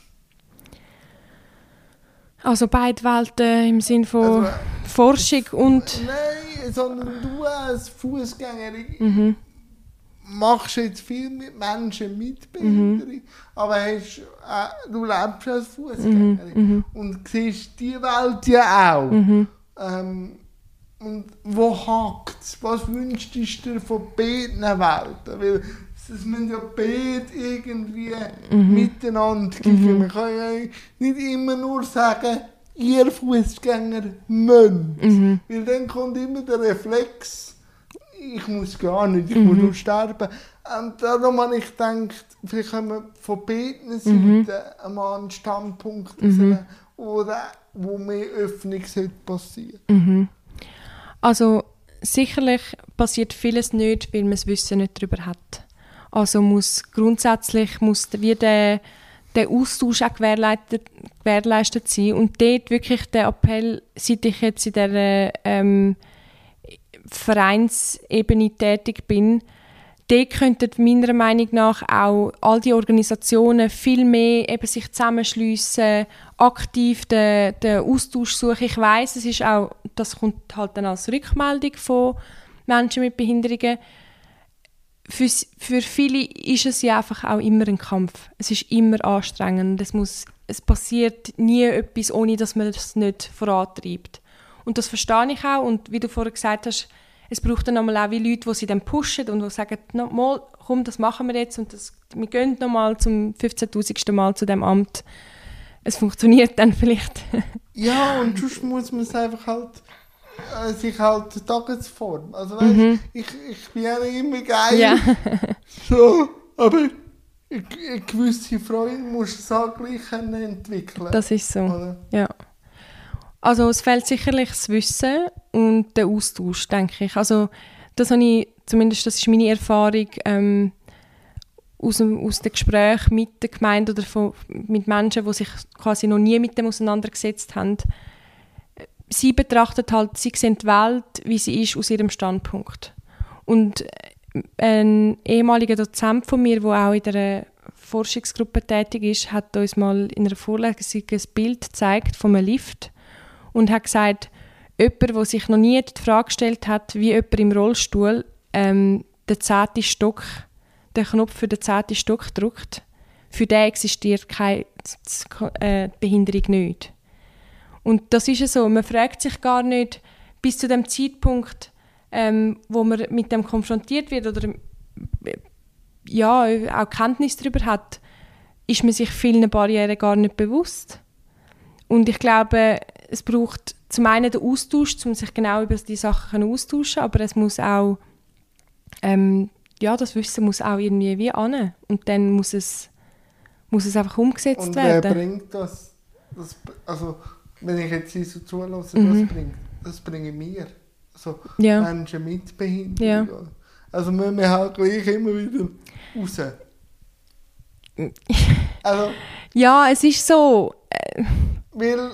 Also beide Welten im Sinne von Forschung und... Nein, sondern du als Fußgängerin machst jetzt viel mit Menschen mit Behinderung, aber du lebst als Fußgängerin und siehst die Welt ja auch. Und wo hakt es? Was wünschst du dir von beiden Welten? Weil es müssen ja beide irgendwie miteinander greifen. Man kann ja nicht immer nur sagen, ihr Fußgänger müsst. Weil dann kommt immer der Reflex, ich muss gar nicht, ich muss nur sterben. Und darum habe ich gedacht, vielleicht können wir von beiden Seiten einmal einen Standpunkt sehen, oder wo mehr Öffnung passieren. Also sicherlich passiert vieles nicht, weil man das Wissen nicht darüber hat. Also grundsätzlich muss der Austausch auch gewährleistet sein. Und dort wirklich der Appell, seit ich jetzt in dieser Vereinsebene tätig bin, dort könnten meiner Meinung nach auch all die Organisationen viel mehr eben sich zusammenschliessen, aktiv den Austausch suchen. Ich weiss, es ist auch, das kommt halt dann als Rückmeldung von Menschen mit Behinderungen. Für viele ist es ja einfach auch immer ein Kampf. Es ist immer anstrengend. Es passiert nie etwas, ohne dass man das nicht vorantreibt. Und das verstehe ich auch. Und wie du vorher gesagt hast, es braucht dann auch wie Leute, die sie dann pushen und die sagen, mal, komm, das machen wir jetzt und wir gehen nochmal zum 15'000. Mal zu diesem Amt. Es funktioniert dann vielleicht. Ja, und sonst muss man es einfach halt sich halt Tagesform. Also weißt, ich bin ja nicht immer geil. Ja. So, aber eine gewisse Freude musst du es auch gleich entwickeln. Das ist so, oder? Ja. Also es fehlt sicherlich das Wissen und der Austausch, denke ich. Also das habe ich, zumindest das ist meine Erfahrung aus den Gesprächen mit der Gemeinde oder mit Menschen, die sich quasi noch nie mit dem auseinandergesetzt haben. Sie betrachten halt, sie sehen die Welt, wie sie ist, aus ihrem Standpunkt. Und ein ehemaliger Dozent von mir, der auch in der Forschungsgruppe tätig ist, hat uns mal in einer Vorlesung ein Bild gezeigt von einem Lift und hat gesagt, jemand, der sich noch nie die Frage gestellt hat, wie jemand im Rollstuhl den 10. Stock, den Knopf für den 10. Stock drückt, für den existiert keine Behinderung nicht. Und das ist ja so, man fragt sich gar nicht, bis zu dem Zeitpunkt, wo man mit dem konfrontiert wird oder ja, auch Kenntnis darüber hat, ist man sich vielen Barrieren gar nicht bewusst. Und ich glaube, es braucht zum einen den Austausch, um sich genau über diese Sachen austauschen, aber es muss auch, das Wissen muss auch irgendwie wie an. Und dann muss es einfach umgesetzt werden. Und wer bringt das? Also, wenn ich jetzt so zulasse, das bringe mir. Also Menschen mit Behinderung. Ja. Also müssen wir halt gleich immer wieder raus. Also, ja, es ist so. Weil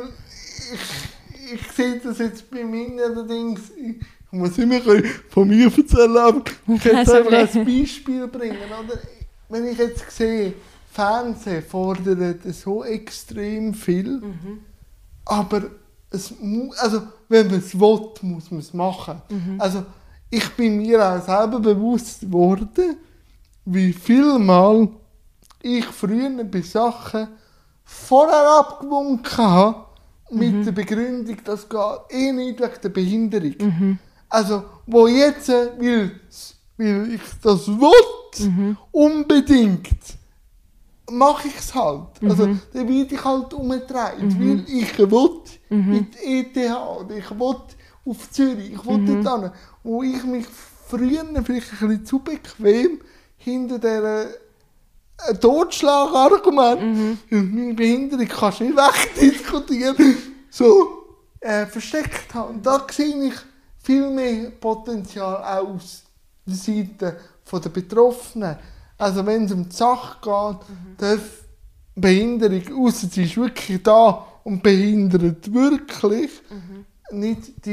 ich sehe das jetzt bei mir allerdings, ich muss immer von mir erzählen, aber ich kann es einfach als Beispiel bringen. Oder? Wenn ich jetzt sehe, Fernsehen fordert so extrem viel, aber wenn man es will, muss man es machen. Also ich bin mir auch selber bewusst geworden, wie viel Mal ich früher bei Sachen vorher abgewunken habe, mit der Begründung, das geht nicht wegen der Behinderung. Also, wo jetzt, weil ich das will, unbedingt, mache ich es halt. Also, dann werde ich halt umgedreht, weil ich will in die ETH oder ich will auf Zürich, ich will dort hin, wo ich mich früher vielleicht ein bisschen zu bequem hinter dieser Totschlagargument, meine Behinderung kannst du nicht wegdiskutieren, versteckt habe. Und da sehe ich viel mehr Potenzial auch aus der Seite der Betroffenen. Also wenn es um die Sache geht, darf Behinderung, ausser sie ist wirklich da und behindert wirklich, nicht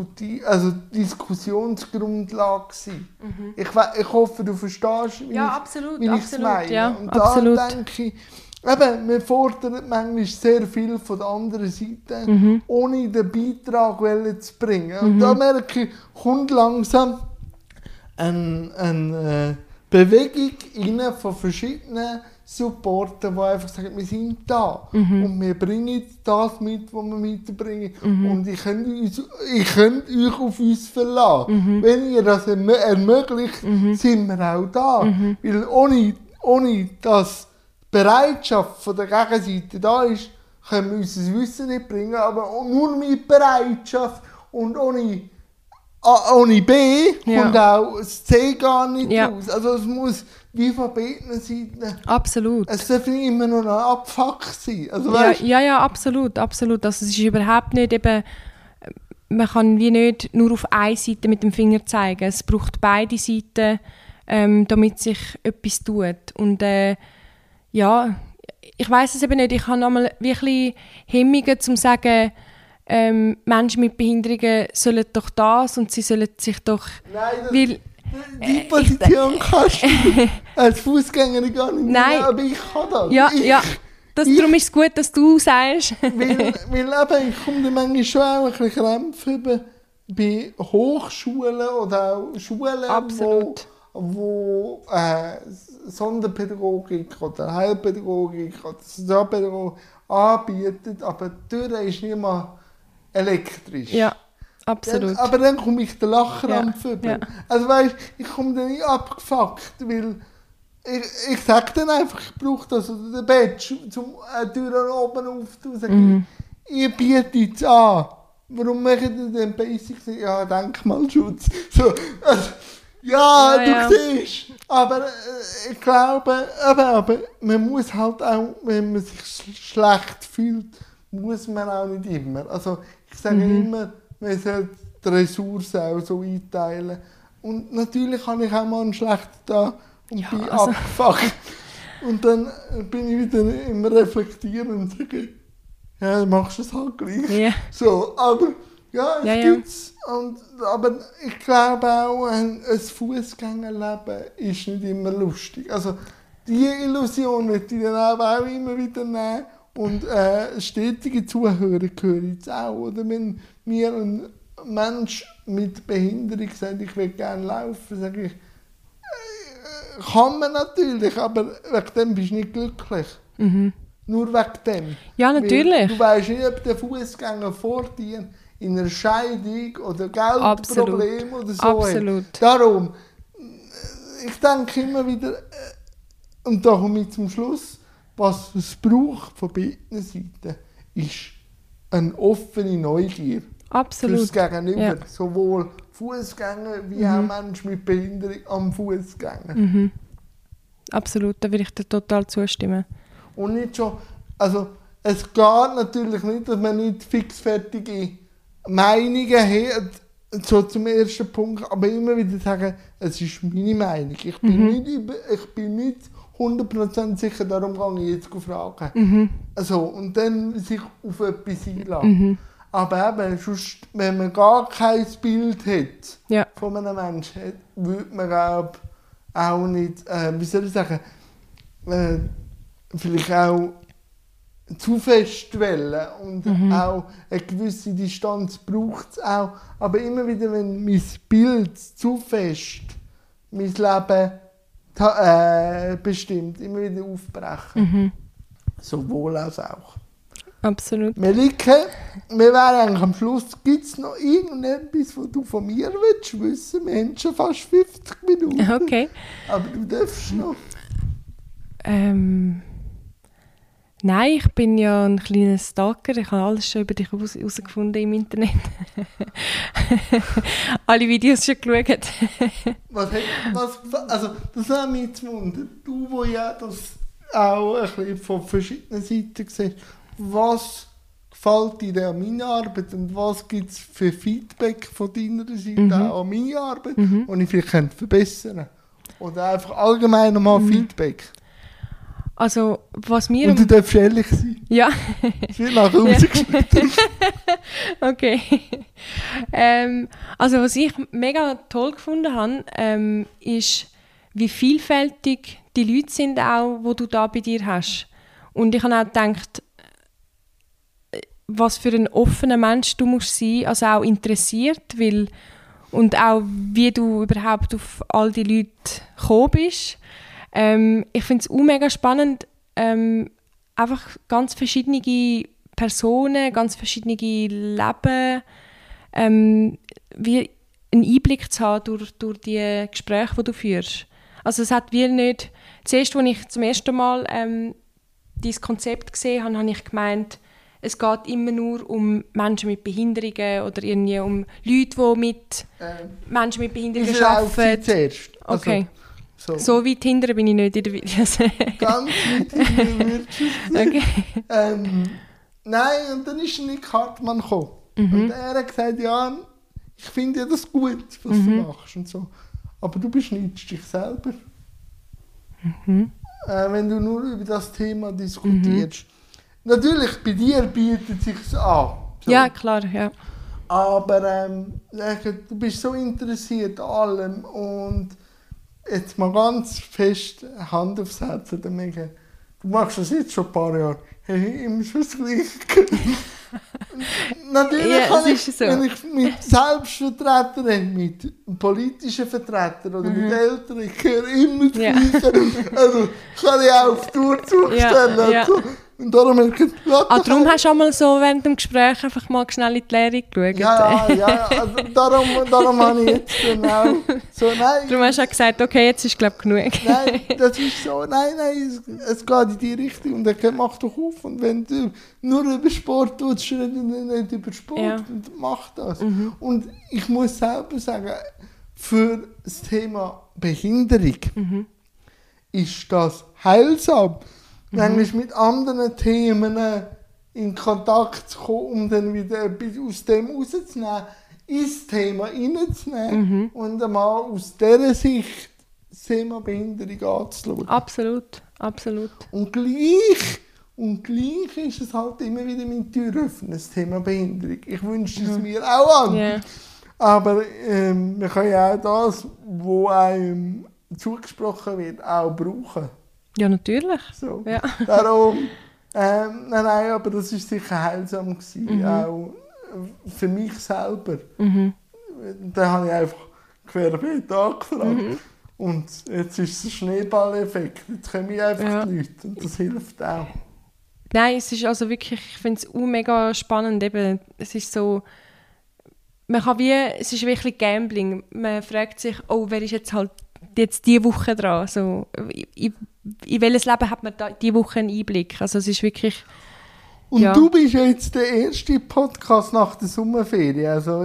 Diskussionsgrundlage sein. Ich hoffe, du verstehst, wie ich es meine. Ja, und absolut. Da denke ich, man fordert manchmal sehr viel von der anderen Seite, ohne den Beitrag zu bringen. Und da merke ich, kommt langsam eine Bewegung rein von verschiedenen Supporten, die einfach sagen, wir sind da und wir bringen das mit, was wir mitbringen und ihr könnt euch auf uns verlassen. Wenn ihr das ermöglicht, sind wir auch da. Weil ohne dass die Bereitschaft von der Gegenseite da ist, können wir unser Wissen nicht bringen, aber nur mit Bereitschaft und ohne B kommt auch das C gar nicht raus. Also es muss wie von beiden Seiten. Absolut. Es darf nicht immer nur ein Abfuck sein. Also, absolut. Also es ist überhaupt nicht eben, man kann wie nicht nur auf eine Seite mit dem Finger zeigen. Es braucht beide Seiten, damit sich etwas tut. Und ich weiss es eben nicht. Ich habe nochmal wirklich Hemmungen, um zu sagen, Menschen mit Behinderungen sollen doch das und sie sollen sich doch... Nein, die Position kannst du als Fußgängerin gar nicht mehr, aber ich kann das. Darum ist es gut, dass du sagst. weil ich komme dann manchmal schon auch ein bisschen Krämpfe über bei Hochschulen oder auch Schulen, wo Sonderpädagogik oder Heilpädagogik oder Sozialpädagogik anbieten, aber die Tür ist nicht mal elektrisch. Ja. Absolut. Aber dann komme ich den Lachkrampf über. Ja. Also weißt, ich komme dann nicht abgefuckt, weil ich sage dann einfach, ich brauche das oder den Badge, um die Tür oben aufzutun. Ihr bietet es an. Warum macht ihr den Basic? Ja, Denkmalschutz. So, also, du siehst. Aber ich glaube, aber man muss halt auch, wenn man sich schlecht fühlt, muss man auch nicht immer. Also ich sage immer, man sollte die Ressourcen auch so einteilen. Und natürlich habe ich auch mal einen schlechten Tag und bin abgefuckt. Und dann bin ich wieder im Reflektieren und sage, ja, dann machst du es halt gleich. Yeah. So, aber es gibt's. Aber ich glaube auch, ein Fußgängerleben ist nicht immer lustig. Also die Illusion möchte ich dann auch immer wieder nehmen. Und stetige Zuhörer höre ich jetzt auch. Oder wenn mir ein Mensch mit Behinderung sagt, ich will gerne laufen, sage ich, kann man natürlich, aber wegen dem bist du nicht glücklich. Nur wegen dem. Ja, natürlich. Weil du weißt nicht, ob der Fußgänger vor dir in einer Scheidung oder Geldproblem oder so Absolut. hat. Darum, ich denke immer wieder, und da komme ich zum Schluss, was es braucht von beiden Seiten, ist eine offene Neugier. Absolut. Fürs Gegenüber. Ja. Sowohl Fußgänger wie auch Menschen mit Behinderung am Fußgänger. Absolut, da würde ich dir total zustimmen. Und nicht schon, also es geht natürlich nicht, dass man nicht fixfertige Meinungen hat, so zum ersten Punkt, aber immer wieder sagen, es ist meine Meinung. Ich bin nicht 100% sicher, darum gehe ich jetzt fragen. Also, und dann sich auf etwas einlassen. Aber eben, sonst, wenn man gar kein Bild hat von einem Menschen, würde man auch nicht, wie soll ich sagen, vielleicht auch zu fest wollen und auch eine gewisse Distanz braucht es auch. Aber immer wieder, wenn mein Bild zu fest mein Leben bestimmt, immer wieder aufbrechen. Sowohl als auch. Absolut. Melike, wir wären eigentlich am Schluss. Gibt es noch irgendetwas, was du von mir willst wissen? Wir haben schon fast 50 Minuten. Okay. Aber du darfst noch. Nein, ich bin ja ein kleiner Stalker. Ich habe alles schon über dich herausgefunden im Internet. Alle Videos schon geschaut. Also, das hat mich jetzt gewundert. Du, wo ja das auch ein bisschen von verschiedenen Seiten siehst, was gefällt dir an meiner Arbeit und was gibt es für Feedback von deiner Seite auch an meine Arbeit, die ich vielleicht verbessern könnte? Oder einfach allgemein nochmal Feedback? Also, was mir... Und du darfst ehrlich sein. Ja. Es wird nachher rausgeschnitten. Okay. Also, was ich mega toll gefunden habe, ist, wie vielfältig die Leute sind, auch, die du da bei dir hast. Und ich habe auch gedacht, was für ein offener Mensch du musst sein, also auch interessiert, weil, und auch, wie du überhaupt auf all die Leute gekommen bist. Ich finde es auch mega spannend, einfach ganz verschiedene Personen, ganz verschiedene Leben, wie einen Einblick zu haben durch die Gespräche, die du führst. Also es hat wie nicht... Zuerst, als ich zum ersten Mal dieses Konzept gesehen habe, habe ich gemeint, es geht immer nur um Menschen mit Behinderungen oder irgendwie um Leute, die mit Menschen mit Behinderungen arbeiten. Zuerst. Also, okay. So weit hinterher bin ich nicht in den Videos. Ganz weit hinterher würdest du Okay. Nein, und dann ist Nick Hartmann gekommen. Und er hat gesagt, ja, ich finde ja das gut, was du machst und so. Aber du beschneidest dich selber. Wenn du nur über das Thema diskutierst. Natürlich, bei dir bietet es sich an. So. Ja, klar, ja. Aber du bist so interessiert an allem und jetzt mal ganz fest Hand aufs Herz. Du machst das jetzt schon ein paar Jahre. Hey, immer schon das Gleiche. Natürlich ja, kann ich, so. wenn ich mit Selbstvertretern rede, mit politischen Vertretern oder mit Eltern, ich höre immer das Gleiche. Also kann ich auch auf Tour zustellen. Ja. Und darum habe ich gedacht, darum hast du auch mal so während dem Gespräch einfach mal schnell in die Lehre geschaut. Ja, also darum habe ich jetzt dann auch so, nein. Darum hast du auch gesagt, okay, jetzt ist glaube ich genug. Nein, das ist so, nein, es geht in die Richtung und dann mach doch auf. Und wenn du nur über Sport tust, reden nicht über Sport und mach das. Und ich muss selber sagen, für das Thema Behinderung ist das heilsam. Nämlich mit anderen Themen in Kontakt zu kommen, um dann wieder etwas aus dem rauszunehmen, ins Thema reinzunehmen und einmal aus dieser Sicht das Thema Behinderung anzuschauen. Absolut, absolut. Und gleich ist es halt immer wieder meine Tür öffnen, das Thema Behinderung. Ich wünsche es mir auch an. Yeah. Aber man kann ja auch das, was einem zugesprochen wird, auch brauchen. Ja, natürlich. So. Ja. Darum, nein, aber das war sicher heilsam gewesen, auch für mich selber. Da habe ich einfach querbeet angefragt. Und jetzt ist es ein Schneeballeffekt. Jetzt kommen einfach die Leute und das hilft auch. Nein, es ist also wirklich, ich finde es mega spannend. Eben, es ist so, es ist wirklich Gambling. Man fragt sich, oh, wer ist jetzt diese Woche dran? So, in welches Leben hat man diese Woche einen Einblick? Also es ist wirklich... Und du bist jetzt der erste Podcast nach der Sommerferien. Also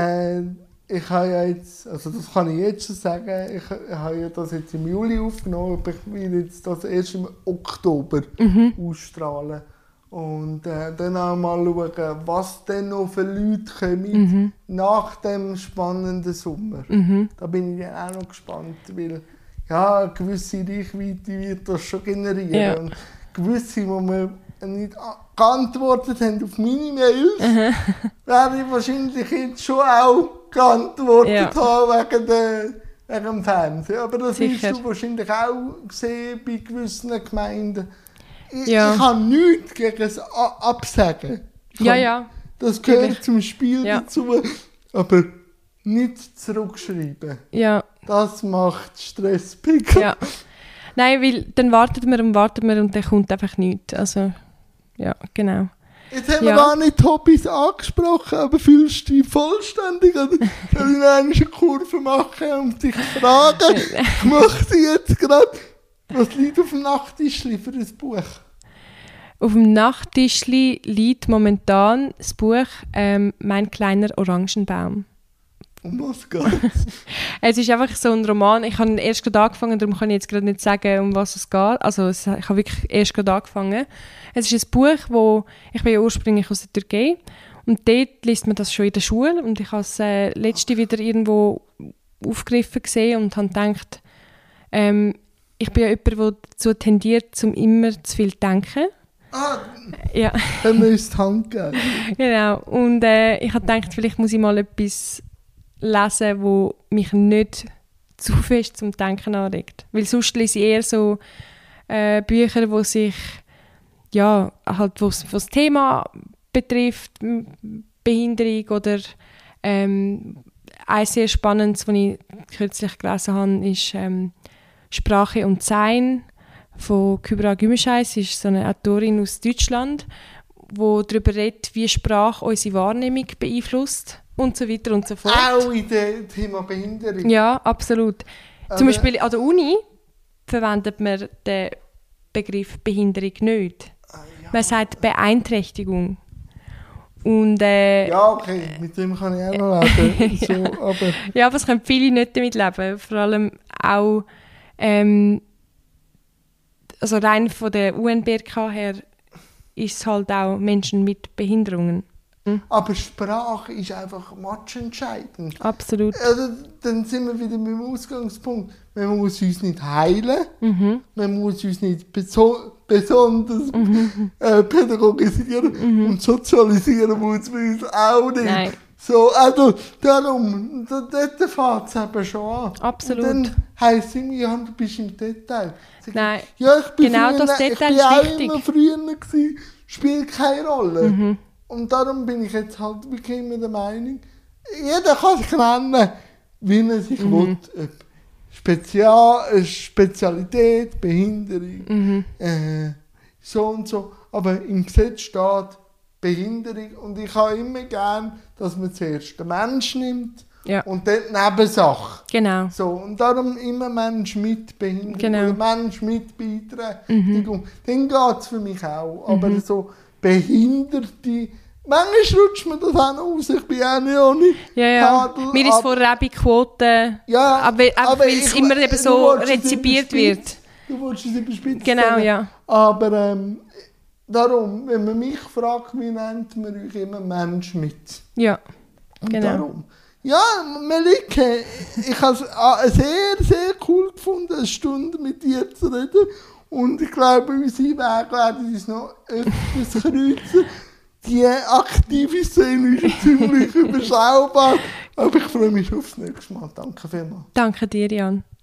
ich habe ja jetzt, also das kann ich jetzt schon sagen, ich habe ja das jetzt im Juli aufgenommen, aber ich will jetzt das erst im Oktober ausstrahlen. Und dann auch mal schauen, was denn noch für Leute kommen nach dem spannenden Sommer. Da bin ich ja auch noch gespannt, weil ja, eine gewisse Reichweite wird das schon generieren. Ja. Und gewisse, wo wir nicht geantwortet haben auf meine Mails, werde ich wahrscheinlich jetzt schon auch geantwortet haben wegen dem Fernsehen. Aber das wirst du wahrscheinlich auch sehen bei gewissen Gemeinden. Ich habe nichts gegen das Absagen. Das gehört wirklich zum Spiel dazu. Aber nicht zurückschreiben. Ja. Das macht Stresspickel. Ja. Nein, weil dann warten wir und dann kommt einfach nichts. Also, ja, genau. Jetzt haben wir gar nicht Hobbys angesprochen, aber fühlst du dich vollständig? Oder soll ich noch eine Kurve machen und dich fragen? Ich möchte jetzt gerade, was liegt auf dem Nachttischli für ein Buch? Auf dem Nachttischli liegt momentan das Buch «Mein kleiner Orangenbaum». Um was geht's? Es ist einfach so ein Roman. Ich habe erst gerade angefangen, darum kann ich jetzt gerade nicht sagen, um was es geht. Also ich habe wirklich erst gerade angefangen. Es ist ein Buch, ich bin ja ursprünglich aus der Türkei und dort liest man das schon in der Schule und ich habe es letzte wieder irgendwo aufgegriffen gesehen und habe gedacht, ich bin ja jemand, der dazu tendiert, zum immer zu viel zu denken. Ja. Dann müsst ihr Hand geben. Genau. Und ich habe gedacht, vielleicht muss ich mal etwas lesen, wo mich nicht zu fest zum Denken anregt. Weil sonst lese ich eher so Bücher, wo sich halt was das Thema betrifft, Behinderung oder ein sehr spannendes, das ich kürzlich gelesen habe, ist «Sprache und Sein» von Kübra Gümüşay. Sie ist so eine Autorin aus Deutschland, die darüber redet, wie Sprache unsere Wahrnehmung beeinflusst und so weiter und so fort. Auch in dem Thema Behinderung? Ja, absolut. Zum Beispiel an der Uni verwendet man den Begriff Behinderung nicht. Man sagt Beeinträchtigung. Und, ja, okay, mit dem kann ich auch noch leben. So, aber ja, aber es können viele nicht damit leben. Vor allem auch also rein von der UNBRK her ist es halt auch Menschen mit Behinderungen. Aber Sprache ist einfach matchentscheidend. Absolut. Also, dann sind wir wieder beim Ausgangspunkt. Man muss uns nicht heilen, man muss uns nicht besonders pädagogisieren und sozialisieren muss man uns auch nicht. Nein. So, also darum, dort fängt es eben schon an. Absolut. Und dann heisst es irgendwie, ja, du bist im Detail. Nein, ja, ich bin genau früher, das Detail ich ist bin wichtig. auch immer früher gewesen, spielt keine Rolle. Und darum bin ich jetzt halt wirklich immer der Meinung, jeder kann sich nennen, wie er sich will. Spezialität, Behinderung, so und so. Aber im Gesetz steht Behinderung und ich habe immer gern, dass man zuerst den Mensch nimmt und dann die Nebensache. Genau. So, und darum immer Mensch mit Behinderung oder Mensch mit Beeinträchtigung. Dann geht es für mich auch. Aber so Behinderte, manchmal rutscht mir das auch noch aus. Ich bin auch nicht Tadel. Mir ist vorher auch bei Quoten, aber weil es immer eben so rezipiert wird. Du wolltest es überspitzen. Genau, ja. Aber darum, wenn man mich fragt, wie nennt man euch immer Mensch mit? Ja, und genau. Darum. Ja, Melike, ich habe es sehr, sehr cool gefunden, eine Stunde mit dir zu reden. Und ich glaube, unsere Wege werden uns noch öfters kreuzen. Die aktive Szene ist ziemlich überschaubar. Aber ich freue mich aufs nächste Mal. Danke vielmals. Danke dir, Jan.